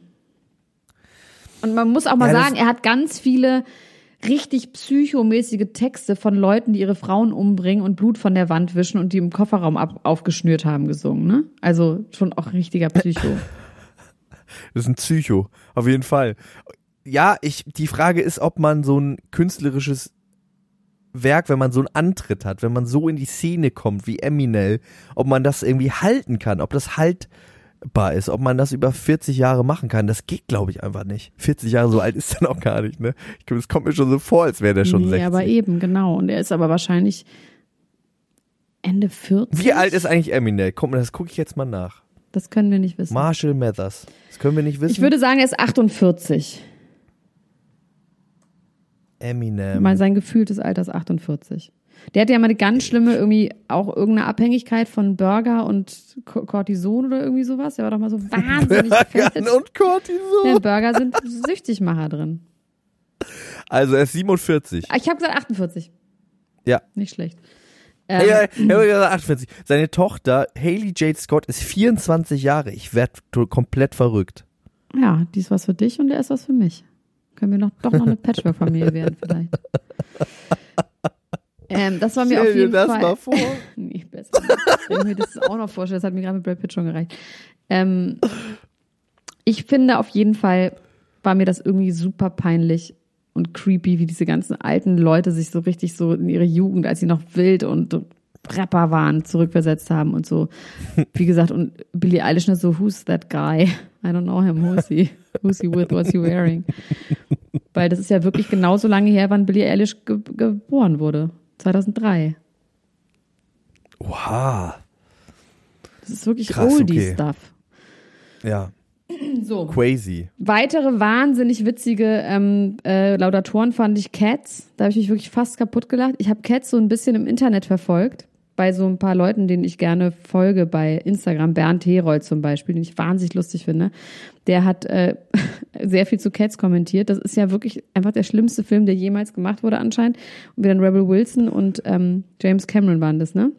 Und man muss auch mal Ja, das- sagen, er hat ganz viele richtig psychomäßige Texte von Leuten, die ihre Frauen umbringen und Blut von der Wand wischen und die im Kofferraum ab, aufgeschnürt haben, gesungen, ne? Also schon auch ein richtiger Psycho. Das ist ein Psycho, auf jeden Fall. Ja, ich, die Frage ist, ob man so ein künstlerisches Werk, wenn man so einen Antritt hat, wenn man so in die Szene kommt wie Eminem, ob man das irgendwie halten kann, ob das haltbar ist, ob man das über vierzig Jahre machen kann. Das geht, glaube ich, einfach nicht. vierzig Jahre, so alt ist er noch gar nicht, ne? Ich glaube, es kommt mir schon so vor, als wäre der schon nee, sechzig. aber eben, genau. Und er ist aber wahrscheinlich Ende vierzig. Wie alt ist eigentlich Eminem? Komm, das gucke ich jetzt mal nach. Das können wir nicht wissen. Marshall Mathers. Das können wir nicht wissen. Ich würde sagen, er ist achtundvierzig. Eminem. Mal sein gefühltes Alter ist achtundvierzig. Der hatte ja mal eine ganz schlimme, irgendwie auch irgendeine Abhängigkeit von Burger und Ko- Cortison oder irgendwie sowas. Der war doch mal so wahnsinnig fett. Burgern und Cortison. Ja, Burger sind Süchtigmacher drin. Also er ist siebenundvierzig. Ah, ich habe gesagt achtundvierzig. Ja. Nicht schlecht. Ähm, Ja, ich habe gesagt achtundvierzig. Seine Tochter, Hailey Jade Scott, ist vierundzwanzig Jahre. Ich werde komplett verrückt. ja, die ist was für dich und der ist was für mich. Können wir noch, doch noch eine Patchwork-Familie werden vielleicht. Ähm, das war mir Stell auf dir jeden das Fall... mal vor. Nee, besser nicht. Wenn ich mir das auch noch vorstelle, das hat mir gerade mit Brad Pitt schon gereicht. Ähm, ich finde auf jeden Fall, war mir das irgendwie super peinlich und creepy, wie diese ganzen alten Leute sich so richtig so in ihre Jugend, als sie noch wild und Rapper waren, zurückversetzt haben und so. Wie gesagt, und Billie Eilish nur so, who's that guy? I don't know him, who's he? Who's he with? What's he wearing? Weil das ist ja wirklich genauso lange her, wann Billie Eilish ge- geboren wurde. zweitausenddrei. Wow. Das ist wirklich Krass, Oldie-Stuff. okay. Ja. So. Crazy. Weitere wahnsinnig witzige ähm, äh, Laudatoren fand ich Cats. Da habe ich mich wirklich fast kaputt gelacht. Ich habe Cats so ein bisschen im Internet verfolgt. Bei so ein paar Leuten, denen ich gerne folge bei Instagram. Bernd Herold zum Beispiel, den ich wahnsinnig lustig finde. Der hat äh, sehr viel zu Cats kommentiert. Das ist ja wirklich einfach der schlimmste Film, der jemals gemacht wurde anscheinend. Und wieder Rebel Wilson und ähm, James Cameron waren das, ne?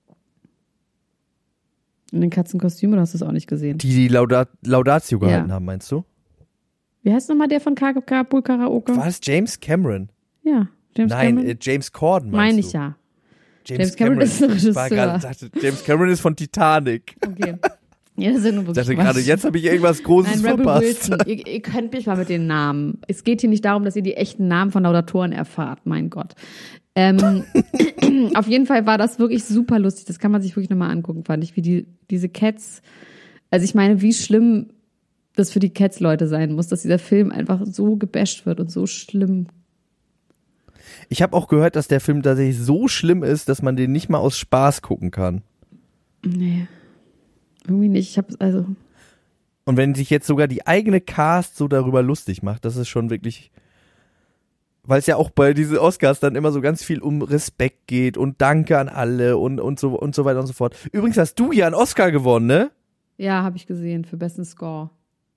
In den Katzenkostüm, oder hast du es auch nicht gesehen? Die die Lauda- Laudatio gehalten Ja. haben, meinst du? Wie heißt nochmal der von Carpool Karaoke? War das James Cameron? Ja, James Nein, Cameron. äh, James Corden meinst Meine du? ich ja. James, James Cameron ist ein Ich war Regisseur. gerade, dachte, James Cameron ist von Titanic. Okay. Ja, das sind nur Ich wirklich dachte gerade, jetzt habe ich irgendwas Großes Nein, Rebel verpasst. Wilson. Ihr, ihr könnt mich mal mit den Namen. Es geht hier nicht darum, dass ihr die echten Namen von Laudatoren erfahrt. Mein Gott. Ähm, auf jeden Fall war das wirklich super lustig. Das kann man sich wirklich nochmal angucken, fand ich, wie die, diese Cats, also ich meine, wie schlimm das für die Cats-Leute sein muss, dass dieser Film einfach so gebasht wird und so schlimm. Ich habe auch gehört, dass der Film tatsächlich so schlimm ist, dass man den nicht mal aus Spaß gucken kann. Nee. Irgendwie nicht. Ich habe also. Und wenn sich jetzt sogar die eigene Cast so darüber lustig macht, das ist schon wirklich, weil es ja auch bei diesen Oscars dann immer so ganz viel um Respekt geht und Danke an alle und, und so und so weiter und so fort. Übrigens hast du ja einen Oscar gewonnen, ne? Ja, habe ich gesehen, für besten Score.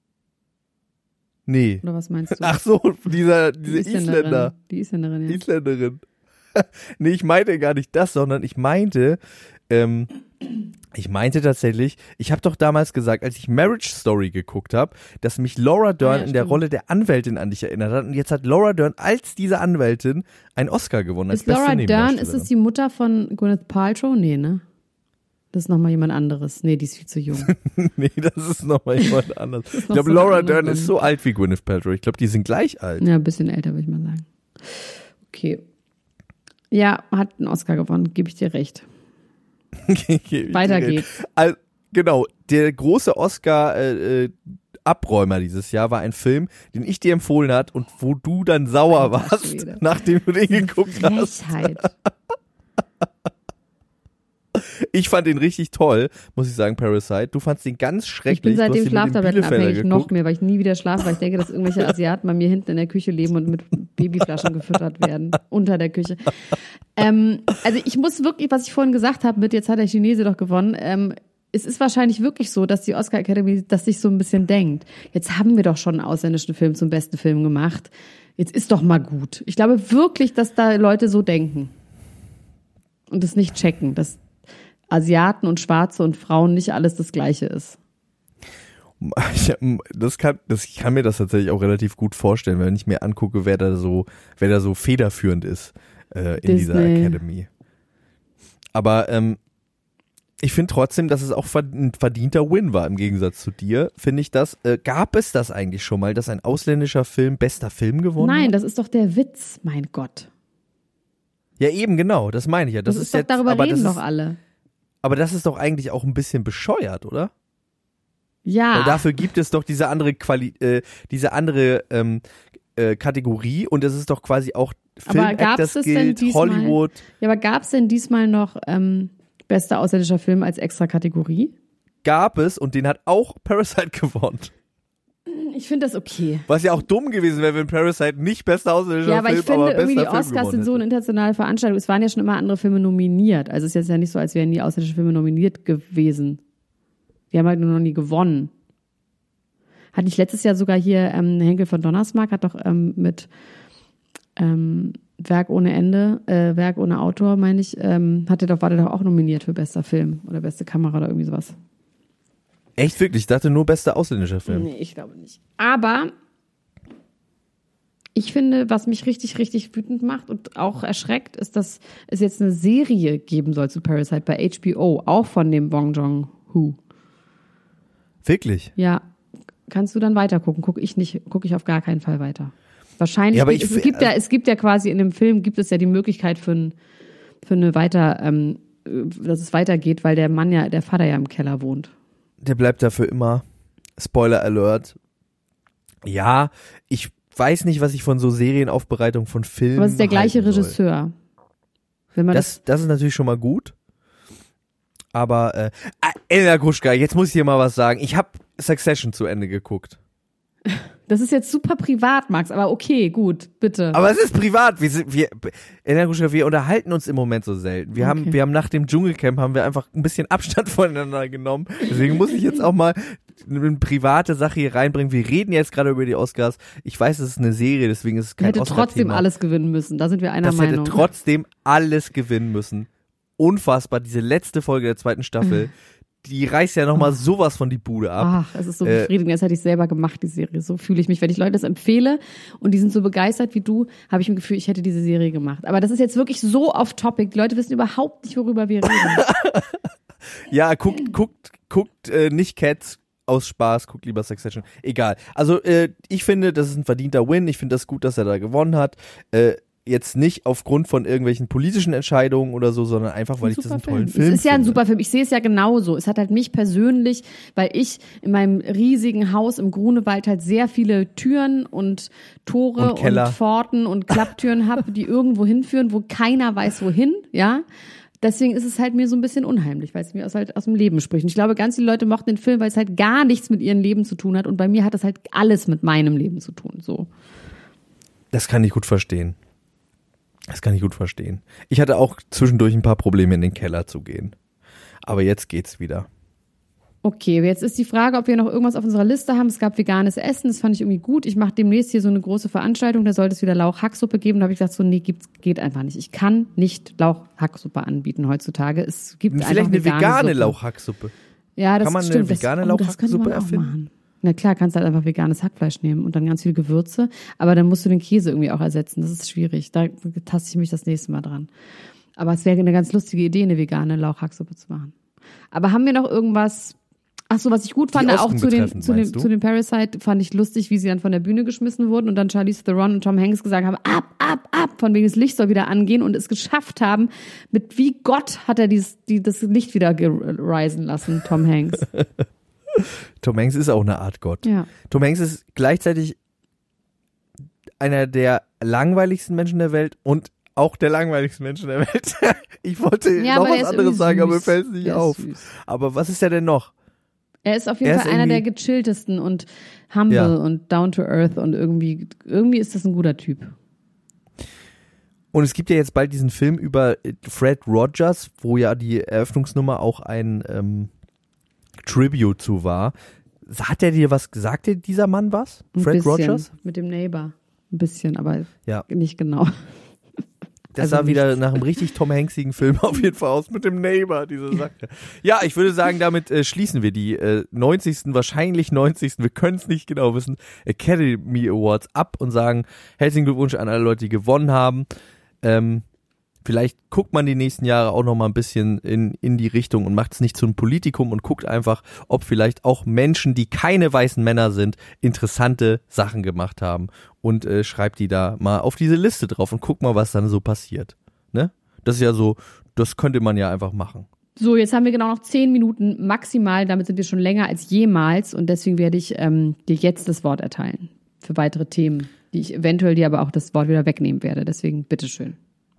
Nee. Oder was meinst du? Ach so, dieser, Die diese Isländerin. Isländer. Die Isländerin, ja. Isländerin. Nee, ich meinte gar nicht das, sondern ich meinte, ähm, ich meinte tatsächlich, ich habe doch damals gesagt, als ich Marriage Story geguckt habe, dass mich Laura Dern Ah, ja, in der stimmt. Rolle der Anwältin an dich erinnert hat. Und jetzt hat Laura Dern als diese Anwältin einen Oscar gewonnen. Als Ist Laura beste Dern, ist Nebendarstellerin. es die Mutter von Gwyneth Paltrow? Nee, ne? Das ist nochmal jemand anderes. Nee, die ist viel zu jung. Nee, das ist nochmal jemand anderes. Ich noch glaube, so eine Laura andere Dern ist so alt wie Gwyneth Paltrow. Ich glaube, die sind gleich alt. Ja, ein bisschen älter, würde ich mal sagen. Okay. Ja, hat einen Oscar gewonnen, gebe ich dir recht. Weiter geht's. Also, genau, der große Oscar äh, äh, Abräumer dieses Jahr war ein Film, den ich dir empfohlen hat und wo du dann sauer Alter warst, Schwede. nachdem du den geguckt hast. Frechheit. Ich fand den richtig toll, muss ich sagen, Parasite. Du fandst den ganz schrecklich. Ich bin Du hast seitdem den mit dem Bielefelder schlaftablettenabhängig noch geguckt. mehr, weil ich nie wieder schlafe, weil ich denke, dass irgendwelche Asiaten bei mir hinten in der Küche leben und mit Babyflaschen gefüttert werden, unter der Küche. Ähm, also ich muss wirklich, was ich vorhin gesagt habe, mit jetzt hat der Chinese doch gewonnen, ähm, es ist wahrscheinlich wirklich so, dass die Oscar Academy das sich so ein bisschen denkt. Jetzt haben wir doch schon einen ausländischen Film zum besten Film gemacht. Jetzt ist doch mal gut. Ich glaube wirklich, dass da Leute so denken. Und es nicht checken, dass Asiaten und Schwarze und Frauen nicht alles das Gleiche ist. Ich, das kann, das, ich kann mir das tatsächlich auch relativ gut vorstellen, wenn ich mir angucke, wer da so, wer da so federführend ist äh, in Disney. dieser Academy. Aber ähm, ich finde trotzdem, dass es auch ein verdienter Win war im Gegensatz zu dir. Finde ich das. Äh, gab es das eigentlich schon mal, dass ein ausländischer Film bester Film gewonnen Nein, hat? das ist doch der Witz, mein Gott. Ja, eben genau. Das meine ich ja. Das, Das, ist, ist doch, jetzt, darüber aber reden das doch ist, alle. aber das ist doch eigentlich auch ein bisschen bescheuert, oder? Ja. Weil dafür gibt es doch diese andere Quali äh, diese andere ähm, äh, Kategorie und es ist doch quasi auch Film Aber gab's Actors das denn Guild, diesmal? Hollywood. Ja, aber gab es denn diesmal noch ähm, bester ausländischer Film als extra Kategorie? Gab es und den hat auch Parasite gewonnen. Ich finde das okay. Was ja auch dumm gewesen wäre, wenn Parasite nicht bester ausländischer Ja, aber Film, ich finde aber irgendwie, die bester Film Oscars gewonnen sind so eine hätte. internationale Veranstaltung. Es waren ja schon immer andere Filme nominiert. Also es ist jetzt ja nicht so, als wären nie ausländische Filme nominiert gewesen. Die haben halt nur noch nie gewonnen. Hat nicht letztes Jahr sogar hier ähm, Henkel von Donnersmarck, hat doch ähm, mit ähm, Werk ohne Ende, äh, Werk ohne Autor, meine ich, ähm, hat der doch, war der doch auch nominiert für bester Film oder beste Kamera oder irgendwie sowas. Echt wirklich? Ich dachte nur bester ausländischer Film. Nee, ich glaube nicht. Aber ich finde, was mich richtig, richtig wütend macht und auch erschreckt, ist, dass es jetzt eine Serie geben soll zu Parasite bei H B O, auch von dem Bong Joon-ho. Wirklich? Ja, kannst du dann weiter gucken? Guck ich nicht, gucke ich auf gar keinen Fall weiter. Wahrscheinlich. Ja, aber gibt- ich es gibt ja, es gibt ja quasi in dem Film gibt es ja die Möglichkeit für, ein, für eine weiter ähm, dass es weitergeht, weil der Mann ja, der Vater ja im Keller wohnt. Der bleibt da für immer. Spoiler Alert. Ja, ich weiß nicht, was ich von so Serienaufbereitung von Filmen Aber es ist der gleiche halten soll. Regisseur. Wenn man das, Das, das ist natürlich schon mal gut. Aber, äh, Elena Gruschka, jetzt muss ich dir mal was sagen. Ich habe Succession zu Ende geguckt. das ist jetzt super privat, Max, aber okay, gut, bitte. Aber es ist privat. Wir, sind, wir, Elena Gruschka, wir unterhalten uns im Moment so selten. Wir, Okay. haben, wir haben nach dem Dschungelcamp haben wir einfach ein bisschen Abstand voneinander genommen. Deswegen muss ich jetzt auch mal eine private Sache hier reinbringen. Wir reden jetzt gerade über die Oscars. Ich weiß, es ist eine Serie, deswegen ist es kein hätte Oscar-Thema. trotzdem alles gewinnen müssen, da sind wir einer Das Meinung. hätte trotzdem alles gewinnen müssen. Unfassbar, diese letzte Folge der zweiten Staffel, die reißt ja nochmal sowas von die Bude ab. Ach, es ist so Äh, befriedigend, das hätte ich selber gemacht, die Serie. So fühle ich mich, wenn ich Leute das empfehle und die sind so begeistert wie du, habe ich ein Gefühl, ich hätte diese Serie gemacht. Aber das ist jetzt wirklich so off-topic, die Leute wissen überhaupt nicht, worüber wir reden. Ja, guckt, guckt, guckt äh, nicht Cats aus Spaß, guckt lieber Succession. Egal. Also äh, ich finde, das ist ein verdienter Win. Ich finde das gut, dass er da gewonnen hat. Äh, jetzt nicht aufgrund von irgendwelchen politischen Entscheidungen oder so, sondern einfach, weil ich das einen tollen Film Es ist ja ein finde. super Film. Ich sehe es ja genauso. Es hat halt mich persönlich, weil ich in meinem riesigen Haus im Grunewald halt sehr viele Türen und Tore Und und, Keller. Pforten und Klapptüren habe, die irgendwo hinführen, wo keiner weiß, wohin, ja. Deswegen ist es halt mir so ein bisschen unheimlich, weil es mir aus, halt aus dem Leben spricht. Und ich glaube, ganz viele Leute mochten den Film, weil es halt gar nichts mit ihrem Leben zu tun hat. Und bei mir hat es halt alles mit meinem Leben zu tun, so. Das kann ich gut verstehen. Das kann ich gut verstehen. Ich hatte auch zwischendurch ein paar Probleme, in den Keller zu gehen. Aber jetzt geht's wieder. Okay, jetzt ist die Frage, ob wir noch irgendwas auf unserer Liste haben. Es gab veganes Essen, das fand ich irgendwie gut. Ich mache demnächst hier so eine große Veranstaltung, da sollte es wieder Lauch-Hacksuppe geben. Da habe ich gesagt, so nee, gibt's, geht einfach nicht. Ich kann nicht Lauch-Hacksuppe anbieten heutzutage. Es gibt Vielleicht einfach eine vegane Suppe. Lauchhacksuppe. Ja, das Kann man eine stimmt. vegane das, oh, das könnte man Lauchhacksuppe auch erfinden? machen. Na klar, kannst halt einfach veganes Hackfleisch nehmen und dann ganz viele Gewürze. Aber dann musst du den Käse irgendwie auch ersetzen. Das ist schwierig. Da taste ich mich das nächste Mal dran. Aber es wäre eine ganz lustige Idee, eine vegane Lauchhacksuppe zu machen. Aber haben wir noch irgendwas? Ach so, was ich gut fand, auch Osken zu den, betreffend, zu, den, meinst du? zu den Parasite, fand ich lustig, wie sie dann von der Bühne geschmissen wurden und dann Charlize Theron und Tom Hanks gesagt haben, ab, ab, ab, von wegen das Licht soll wieder angehen und es geschafft haben, mit wie Gott hat er dieses, die, das Licht wieder gerisen lassen, Tom Hanks. Tom Hanks ist auch eine Art Gott. Ja. Tom Hanks ist gleichzeitig einer der langweiligsten Menschen der Welt und auch der langweiligsten Menschen der Welt. Ich wollte Ja, noch aber was er ist anderes irgendwie sagen, aber mir süß. fällt es nicht Der ist auf. süß. Aber was ist er denn noch? Er ist auf jeden Er Fall ist einer der irgendwie- gechilltesten und humble Ja. und down to earth und irgendwie, irgendwie ist das ein guter Typ. Und es gibt ja jetzt bald diesen Film über Fred Rogers, wo ja die Eröffnungsnummer auch ein ähm, Tribute zu war. Hat er dir was gesagt, dir dieser Mann was? Ein Fred bisschen, Rogers? mit dem Neighbor. Ein bisschen, aber Ja. nicht genau. Das Also sah wieder nichts. nach einem richtig Tom Hanksigen Film auf jeden Fall aus mit dem Neighbor, diese Sache. Ja, ich würde sagen, damit äh, schließen wir die äh, neunzigsten, wahrscheinlich neunzigsten, wir können es nicht genau wissen, Academy Awards ab und sagen herzlichen Glückwunsch an alle Leute, die gewonnen haben. Ähm, vielleicht guckt man die nächsten Jahre auch noch mal ein bisschen in, in die Richtung und macht es nicht zu einem Politikum und guckt einfach, ob vielleicht auch Menschen, die keine weißen Männer sind, interessante Sachen gemacht haben und äh, schreibt die da mal auf diese Liste drauf und guckt mal, was dann so passiert. Ne? Das ist ja so, das könnte man ja einfach machen. So, jetzt haben wir genau noch zehn Minuten maximal, damit sind wir schon länger als jemals und deswegen werde ich ähm, dir jetzt das Wort erteilen für weitere Themen, die ich eventuell dir aber auch das Wort wieder wegnehmen werde. Deswegen bitteschön.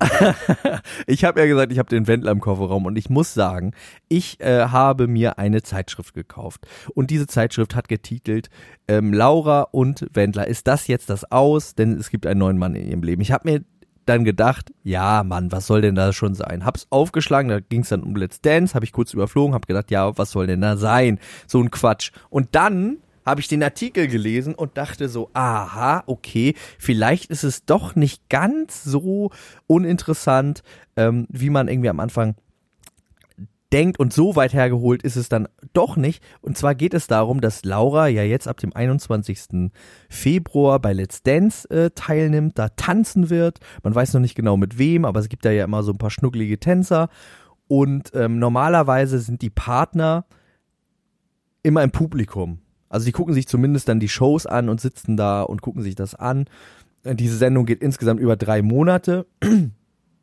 Ich habe ja gesagt, ich habe den Wendler im Kofferraum und ich muss sagen, ich äh, habe mir eine Zeitschrift gekauft und diese Zeitschrift hat getitelt ähm, Laura und Wendler, ist das jetzt das Aus? Denn es gibt einen neuen Mann in ihrem Leben. Ich habe mir dann gedacht, ja Mann, was soll denn da schon sein? Hab's aufgeschlagen, da ging's dann um Let's Dance, habe ich kurz überflogen, habe gedacht, ja, was soll denn da sein? So ein Quatsch. Und dann habe ich den Artikel gelesen und dachte so, aha, okay, vielleicht ist es doch nicht ganz so uninteressant, ähm, wie man irgendwie am Anfang denkt und so weit hergeholt ist es dann doch nicht. Und zwar geht es darum, dass Laura ja jetzt ab dem einundzwanzigsten Februar bei Let's Dance äh, teilnimmt, da tanzen wird. Man weiß noch nicht genau mit wem, aber es gibt da ja immer so ein paar schnucklige Tänzer. Und ähm, normalerweise sind die Partner immer im Publikum. Also die gucken sich zumindest dann die Shows an und sitzen da und gucken sich das an. Diese Sendung geht insgesamt über drei Monate.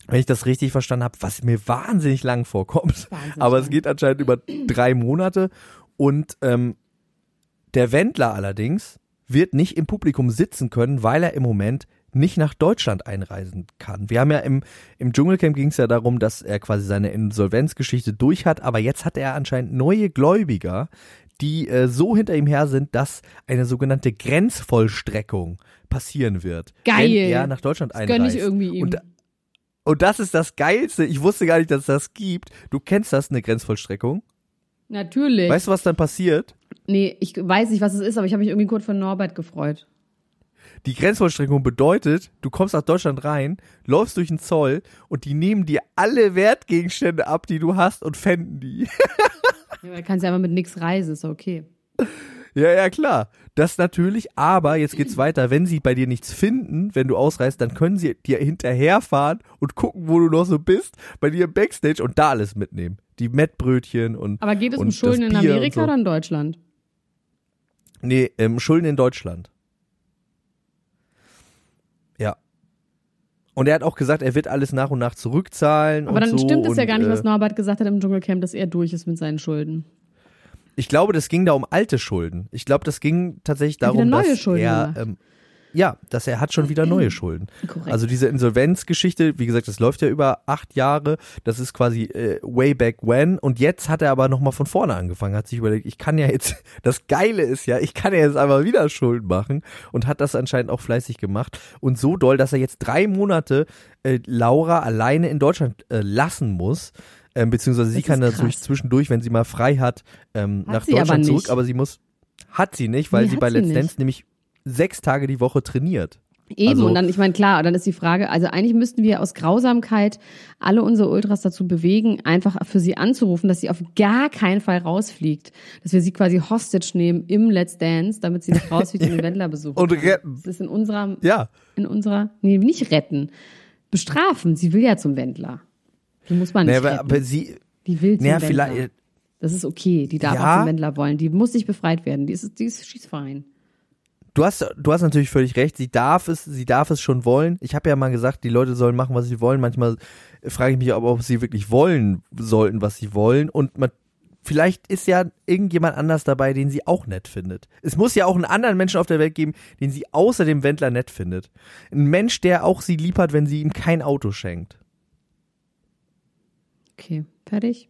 wenn ich das richtig verstanden habe, was mir wahnsinnig lang vorkommt. Wahnsinnig Aber lang. es geht anscheinend über drei Monate und ähm, der Wendler allerdings wird nicht im Publikum sitzen können, weil er im Moment nicht nach Deutschland einreisen kann. Wir haben ja im, im Dschungelcamp ging es ja darum, dass er quasi seine Insolvenzgeschichte durch hat, aber jetzt hat er anscheinend neue Gläubiger, die äh, so hinter ihm her sind, dass eine sogenannte Grenzvollstreckung passieren wird. Geil. Wenn er nach Deutschland Das einreist. gönn ich irgendwie ihm. Und, und das ist das Geilste. Ich wusste gar nicht, dass es das gibt. Du kennst das, eine Grenzvollstreckung? Natürlich. Weißt du, was dann passiert? Nee, ich weiß nicht, was es ist, aber ich habe mich irgendwie kurz von Norbert gefreut. Die Grenzvollstreckung bedeutet, du kommst nach Deutschland rein, läufst durch den Zoll und die nehmen dir alle Wertgegenstände ab, die du hast und pfänden die. Ja, du kannst ja aber mit nichts reisen, ist okay. Ja, ja, klar. Das natürlich, aber jetzt geht's weiter. Wenn sie bei dir nichts finden, wenn du ausreist, dann können sie dir hinterherfahren und gucken, wo du noch so bist, bei dir im Backstage und da alles mitnehmen. Die Mettbrötchen und Aber geht es und um Schulden das in Bier Amerika und so. oder in Deutschland? Nee, ähm, Schulden in Deutschland. Ja. Und er hat auch gesagt, er wird alles nach und nach zurückzahlen. Aber und dann so stimmt es und, ja gar nicht, äh, was Norbert gesagt hat im Dschungelcamp, dass er durch ist mit seinen Schulden. Ich glaube, das ging da um alte Schulden. Ich glaube, das ging tatsächlich Er hat darum, wieder neue dass Schulden er, gemacht. ähm, ja, dass er hat schon wieder neue Schulden. Korrekt. Also diese Insolvenzgeschichte, wie gesagt, das läuft ja über acht Jahre. Das ist quasi äh, way back when. Und jetzt hat er aber nochmal von vorne angefangen, hat sich überlegt, ich kann ja jetzt, das Geile ist ja, ich kann ja jetzt einfach wieder Schulden machen und hat das anscheinend auch fleißig gemacht. Und so doll, dass er jetzt drei Monate äh, Laura alleine in Deutschland äh, lassen muss. Ähm, beziehungsweise sie Das kann ist natürlich krass. zwischendurch, wenn sie mal frei hat, ähm, Hat nach sie aber Deutschland nicht. zurück, aber sie muss, hat sie nicht, weil Nee, sie hat bei sie Let's nicht. Dance nämlich sechs Tage die Woche trainiert. Eben, Also- und dann, ich meine, klar, dann ist die Frage, also eigentlich müssten wir aus Grausamkeit alle unsere Ultras dazu bewegen, einfach für sie anzurufen, dass sie auf gar keinen Fall rausfliegt. Dass wir sie quasi hostage nehmen im Let's Dance, damit sie nicht rausfliegt und den Wendler besuchen Und kann. retten. Das ist in unserer, Ja, in unserer, nee, nicht retten, bestrafen. Sie will ja zum Wendler. Die muss man nee, nicht aber, retten. aber sie, Die will zum naja, Wendler. vielleicht, Das ist okay. Die darf Ja. auch zum Wendler wollen. Die muss nicht befreit werden. Die ist, die ist, she's fine. du hast, du hast natürlich völlig recht, sie darf es, sie darf es schon wollen. Ich habe ja mal gesagt, die Leute sollen machen, was sie wollen. Manchmal frage ich mich aber, ob sie wirklich wollen sollten, was sie wollen. Und man, vielleicht ist ja irgendjemand anders dabei, den sie auch nett findet. Es muss ja auch einen anderen Menschen auf der Welt geben, den sie außer dem Wendler nett findet. Ein Mensch, der auch sie lieb hat, wenn sie ihm kein Auto schenkt. Okay, fertig?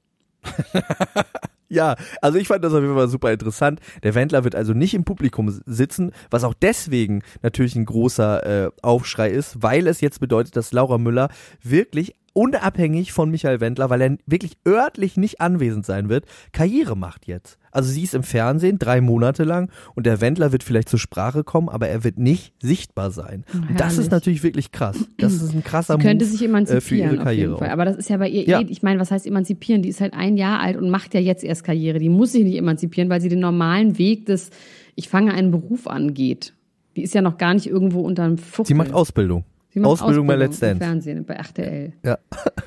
Ja, also ich fand das auf jeden Fall super interessant. Der Wendler wird also nicht im Publikum sitzen, was auch deswegen natürlich ein großer äh, Aufschrei ist, weil es jetzt bedeutet, dass Laura Müller wirklich unabhängig von Michael Wendler, weil er wirklich örtlich nicht anwesend sein wird, Karriere macht jetzt. Also sie ist im Fernsehen drei Monate lang und der Wendler wird vielleicht zur Sprache kommen, aber er wird nicht sichtbar sein. Und das herrlich. ist natürlich wirklich krass. Das ist ein krasser Sie könnte Move sich äh, emanzipieren für ihre auf jeden Karriere. Fall. auch. Aber das ist ja bei ihr Ja. eh, ich meine, was heißt emanzipieren? Die ist halt ein Jahr alt und macht ja jetzt erst Karriere. Die muss sich nicht emanzipieren, weil sie den normalen Weg des Ich fange einen Beruf an geht. Die ist ja noch gar nicht irgendwo unter einem Fuchtel. Sie macht Ausbildung. Sie macht Ausbildung bei Let's im Dance. Fernsehen, bei R T L. Ja.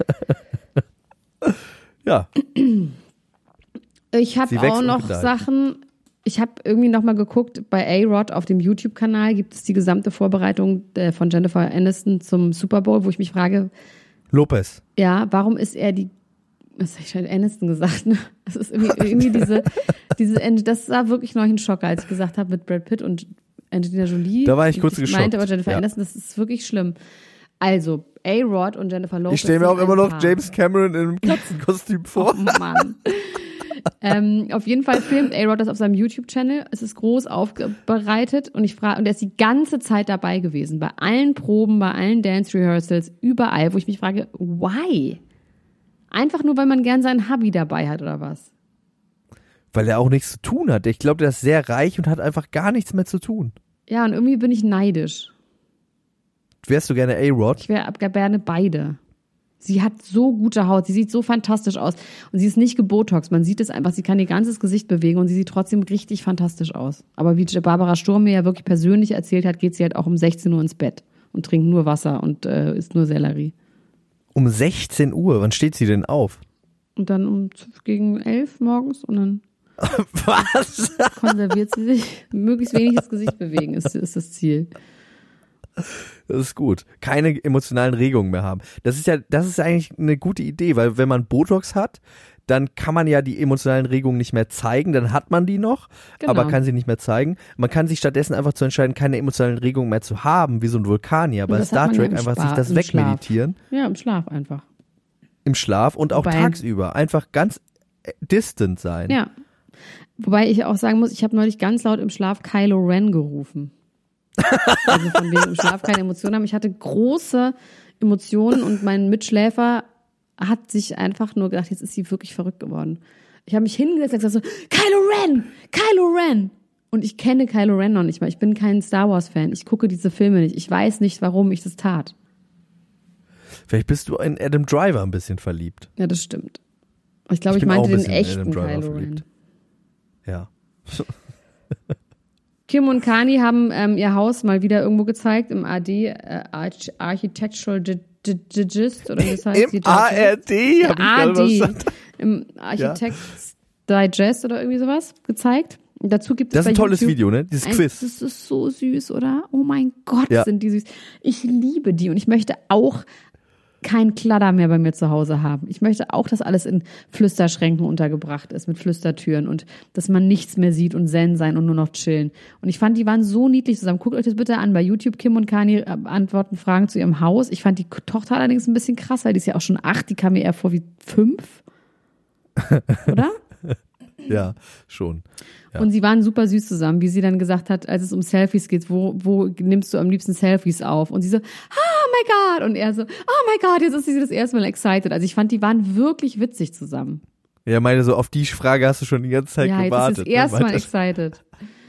Ja. Ich habe Sie wächst auch und noch gedeiht. Sachen, ich habe irgendwie noch mal geguckt, bei A-Rod auf dem YouTube-Kanal gibt es die gesamte Vorbereitung äh, von Jennifer Aniston zum Super Bowl, wo ich mich frage, Lopez. ja, warum ist er die, was habe ich schon Aniston gesagt, ne? Das ist irgendwie, irgendwie diese, diese, das war wirklich noch ein Schocker, als ich gesagt habe mit Brad Pitt und Angelina Jolie. Da war ich kurz ich geschockt. meinte aber Jennifer Ja. Aniston, das ist wirklich schlimm. Also, A-Rod und Jennifer Lopez. Ich stelle mir sind auch immer ein noch Paar. James Cameron in einem Katzenkostüm vor. Oh Mann. ähm, auf jeden Fall filmt A-Rod das auf seinem YouTube-Channel. Es ist groß aufbereitet und ich frage, und er ist die ganze Zeit dabei gewesen. Bei allen Proben, bei allen Dance-Rehearsals, überall, wo ich mich frage, why? Einfach nur, weil man gern seinen Hubby dabei hat oder was? Weil er auch nichts zu tun hat. Ich glaube, der ist sehr reich und hat einfach gar nichts mehr zu tun. Ja, und irgendwie bin ich neidisch. Wärst du gerne A-Rod? Ich wäre gerne beide. Sie hat so gute Haut, sie sieht so fantastisch aus und sie ist nicht gebotox, man sieht es einfach, sie kann ihr ganzes Gesicht bewegen und sie sieht trotzdem richtig fantastisch aus. Aber wie Barbara Sturm mir ja wirklich persönlich erzählt hat, geht sie halt auch um sechzehn Uhr ins Bett und trinkt nur Wasser und äh, isst nur Sellerie. Um sechzehn Uhr. Wann steht sie denn auf? Und dann um gegen elf morgens und dann Was? konserviert sie sich. Möglichst wenig das Gesicht bewegen ist, ist das Ziel. Das ist gut. Keine emotionalen Regungen mehr haben. Das ist ja, das ist eigentlich eine gute Idee, weil wenn man Botox hat, dann kann man ja die emotionalen Regungen nicht mehr zeigen, dann hat man die noch, Genau. aber kann sie nicht mehr zeigen. Man kann sich stattdessen einfach zu entscheiden, keine emotionalen Regungen mehr zu haben, wie so ein Vulkanier Und bei das hat Star man ja Trek, im einfach Spa- sich das im wegmeditieren. Ja, im Schlaf einfach. Im Schlaf und auch Wobei- tagsüber. Einfach ganz äh, distant sein. Ja. Wobei ich auch sagen muss, ich habe neulich ganz laut im Schlaf Kylo Ren gerufen. Also von wegen im Schlaf keine Emotionen haben. Ich hatte große Emotionen und mein Mitschläfer hat sich einfach nur gedacht, jetzt ist sie wirklich verrückt geworden. Ich habe mich hingesetzt und gesagt so, Kylo Ren, Kylo Ren. Und ich kenne Kylo Ren noch nicht mal. Ich bin kein Star Wars Fan. Ich gucke diese Filme nicht. Ich weiß nicht, warum ich das tat. Vielleicht bist du in Adam Driver ein bisschen verliebt. Ja, das stimmt. Ich glaube, Ich ich, bin auch meinte ein den bisschen in echten Adam Driver Kylo Ren. verliebt. Ja. Kim und Kani haben ähm, ihr Haus mal wieder irgendwo gezeigt, im A D, äh, Arch- Architectural Di- Di- Digest, oder wie das heißt? Im A R D Ja, hab ich A gerade D, verstanden. im Architects Digest oder irgendwie sowas gezeigt. Und dazu gibt es Das ist ein bei tolles YouTube Video, ne? Dieses ein, Quiz. Das ist so süß, oder? Oh mein Gott, Ja. sind die süß. Ich liebe die und ich möchte auch kein Kladder mehr bei mir zu Hause haben. Ich möchte auch, dass alles in Flüsterschränken untergebracht ist, mit Flüstertüren und dass man nichts mehr sieht und zen sein und nur noch chillen. Und ich fand, die waren so niedlich zusammen. Guckt euch das bitte an. Bei YouTube, Kim und Kani äh, antworten Fragen zu ihrem Haus. Ich fand die Tochter allerdings ein bisschen krass, weil die ist ja auch schon acht. Die kam mir eher vor wie fünf. Oder? Ja, schon. Ja. Und sie waren super süß zusammen, wie sie dann gesagt hat, als es um Selfies geht, wo, wo nimmst du am liebsten Selfies auf? Und sie so, oh my God. Und er so, oh my God, jetzt ist sie das erste Mal excited. Also ich fand, die waren wirklich witzig zusammen. Ja, meine, so auf die Frage hast du schon die ganze Zeit Ja, jetzt gewartet. ist das erste ne? Mal excited.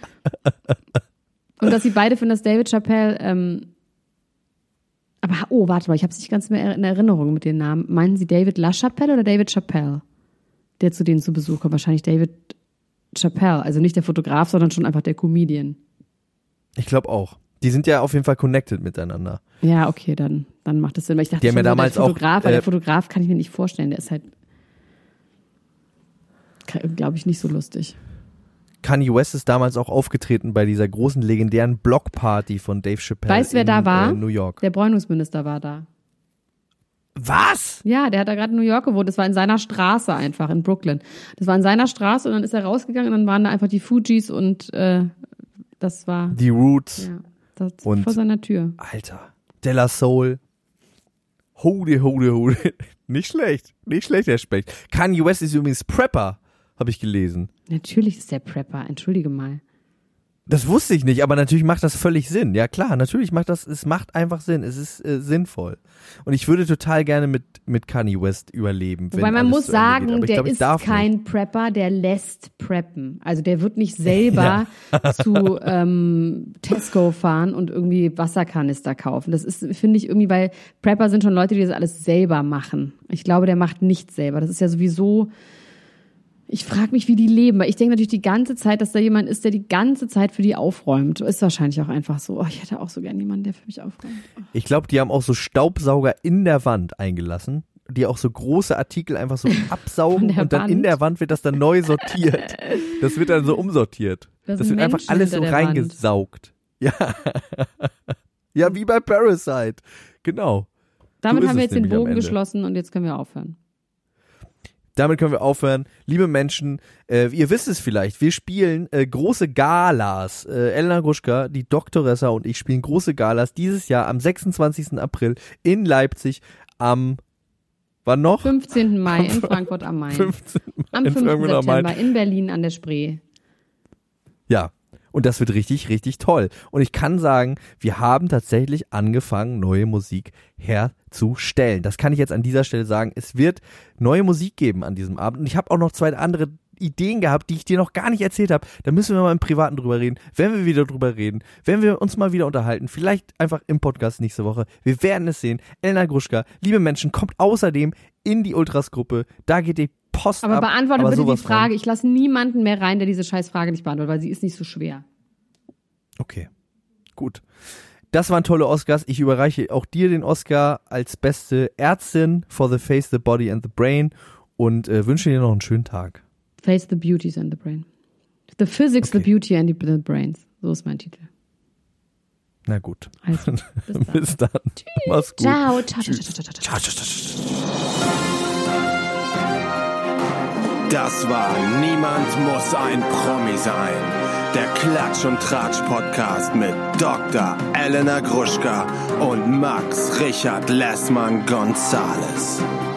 Und dass sie beide finden, dass David Chappelle, ähm, aber, oh, warte mal, ich habe es nicht ganz mehr in Erinnerung mit den Namen. Meinen Sie David LaChapelle oder David Chappelle? Der zu denen zu Besuch kommt, wahrscheinlich David Chappelle, also nicht der Fotograf, sondern schon einfach der Comedian. Ich glaube auch. Die sind ja auf jeden Fall connected miteinander. Ja, okay, dann, dann macht das Sinn. Weil ich dachte, Die haben schon ja so, damals der Fotograf, auch, weil äh, der Fotograf kann ich mir nicht vorstellen, der ist halt, glaube ich, nicht so lustig. Kanye West ist damals auch aufgetreten bei dieser großen legendären Blockparty von Dave Chappelle Weißt du, wer in da war? Äh, New York. Der Bräunungsminister war da. Was? Ja, der hat da gerade in New York gewohnt. Das war in seiner Straße einfach, in Brooklyn. Das war in seiner Straße und dann ist er rausgegangen und dann waren da einfach die Fujis und äh, das war, Die Roots. ja, das Und- vor seiner Tür. Alter. De La Soul. Hode, hode, hode. Nicht schlecht. Nicht schlecht, der Specht. Kanye West ist übrigens Prepper, habe ich gelesen. Natürlich ist der Prepper, entschuldige mal. Das wusste ich nicht, aber natürlich macht das völlig Sinn. Ja klar, natürlich macht das, es macht einfach Sinn. Es ist äh, sinnvoll. Und ich würde total gerne mit, mit Kanye West überleben. Wobei wenn man alles muss zu Ende sagen, geht. Aber ich der glaub, ich ist darf kein nicht. Prepper, der lässt preppen. Also der wird nicht selber zu ähm, Tesco fahren und irgendwie Wasserkanister kaufen. Das ist, finde ich, irgendwie, weil Prepper sind schon Leute, die das alles selber machen. Ich glaube, der macht nichts selber. Das ist ja sowieso... Ich frage mich, wie die leben, weil ich denke natürlich die ganze Zeit, dass da jemand ist, der die ganze Zeit für die aufräumt. Ist wahrscheinlich auch einfach so. Oh, ich hätte auch so gern jemanden, der für mich aufräumt. Oh. Ich glaube, die haben auch so Staubsauger in der Wand eingelassen, die auch so große Artikel einfach so absaugen Von der und dann Wand? in der Wand wird das dann neu sortiert. Das wird dann so umsortiert. Das Das sind wird einfach Menschen alles so hinter der Wand. reingesaugt. Ja. Ja, wie bei Parasite. Genau. Damit ist haben wir es jetzt den nämlich am Bogen Ende. geschlossen und jetzt können wir aufhören. Damit können wir aufhören. Liebe Menschen, äh, ihr wisst es vielleicht, wir spielen äh, große Galas. Äh, Elena Gruschka, die Doktoressa und ich spielen große Galas dieses Jahr am sechsundzwanzigsten April in Leipzig am, wann noch? fünfzehnten Mai in Frankfurt am Main. fünfzehnten Mai Am in fünften Frankfurt am Main. September in Berlin an der Spree. Ja, und das wird richtig, richtig toll. Und ich kann sagen, wir haben tatsächlich angefangen, neue Musik herzustellen. Das kann ich jetzt an dieser Stelle sagen. Es wird neue Musik geben an diesem Abend. Und ich habe auch noch zwei andere Ideen gehabt, die ich dir noch gar nicht erzählt habe. Da müssen wir mal im Privaten drüber reden. Wenn wir wieder drüber reden, wenn wir uns mal wieder unterhalten, vielleicht einfach im Podcast nächste Woche. Wir werden es sehen. Elena Gruschka, liebe Menschen, kommt außerdem in die Ultras-Gruppe. Da geht die Post Aber ab. beantworte aber bitte die sowas von. Frage. Ich lasse niemanden mehr rein, der diese scheiß Frage nicht beantwortet, weil sie ist nicht so schwer. Okay, gut. Das waren tolle Oscars. Ich überreiche auch dir den Oscar als beste Ärztin for the Face, the Body and the Brain und äh, wünsche dir noch einen schönen Tag. Face the beauties and the brain. The physics, Okay. the beauty and the brains. So ist mein Titel. Na gut. Also, bis dann. Bis dann. Mach's gut. Ciao, ciao, ciao, Tschüss. ciao, ciao, ciao. Ciao, ciao, ciao. Das war Niemand muss ein Promi sein. Der Klatsch- und Tratsch-Podcast mit Doktor Elena Gruschka und Max Richard Lessmann Gonzales.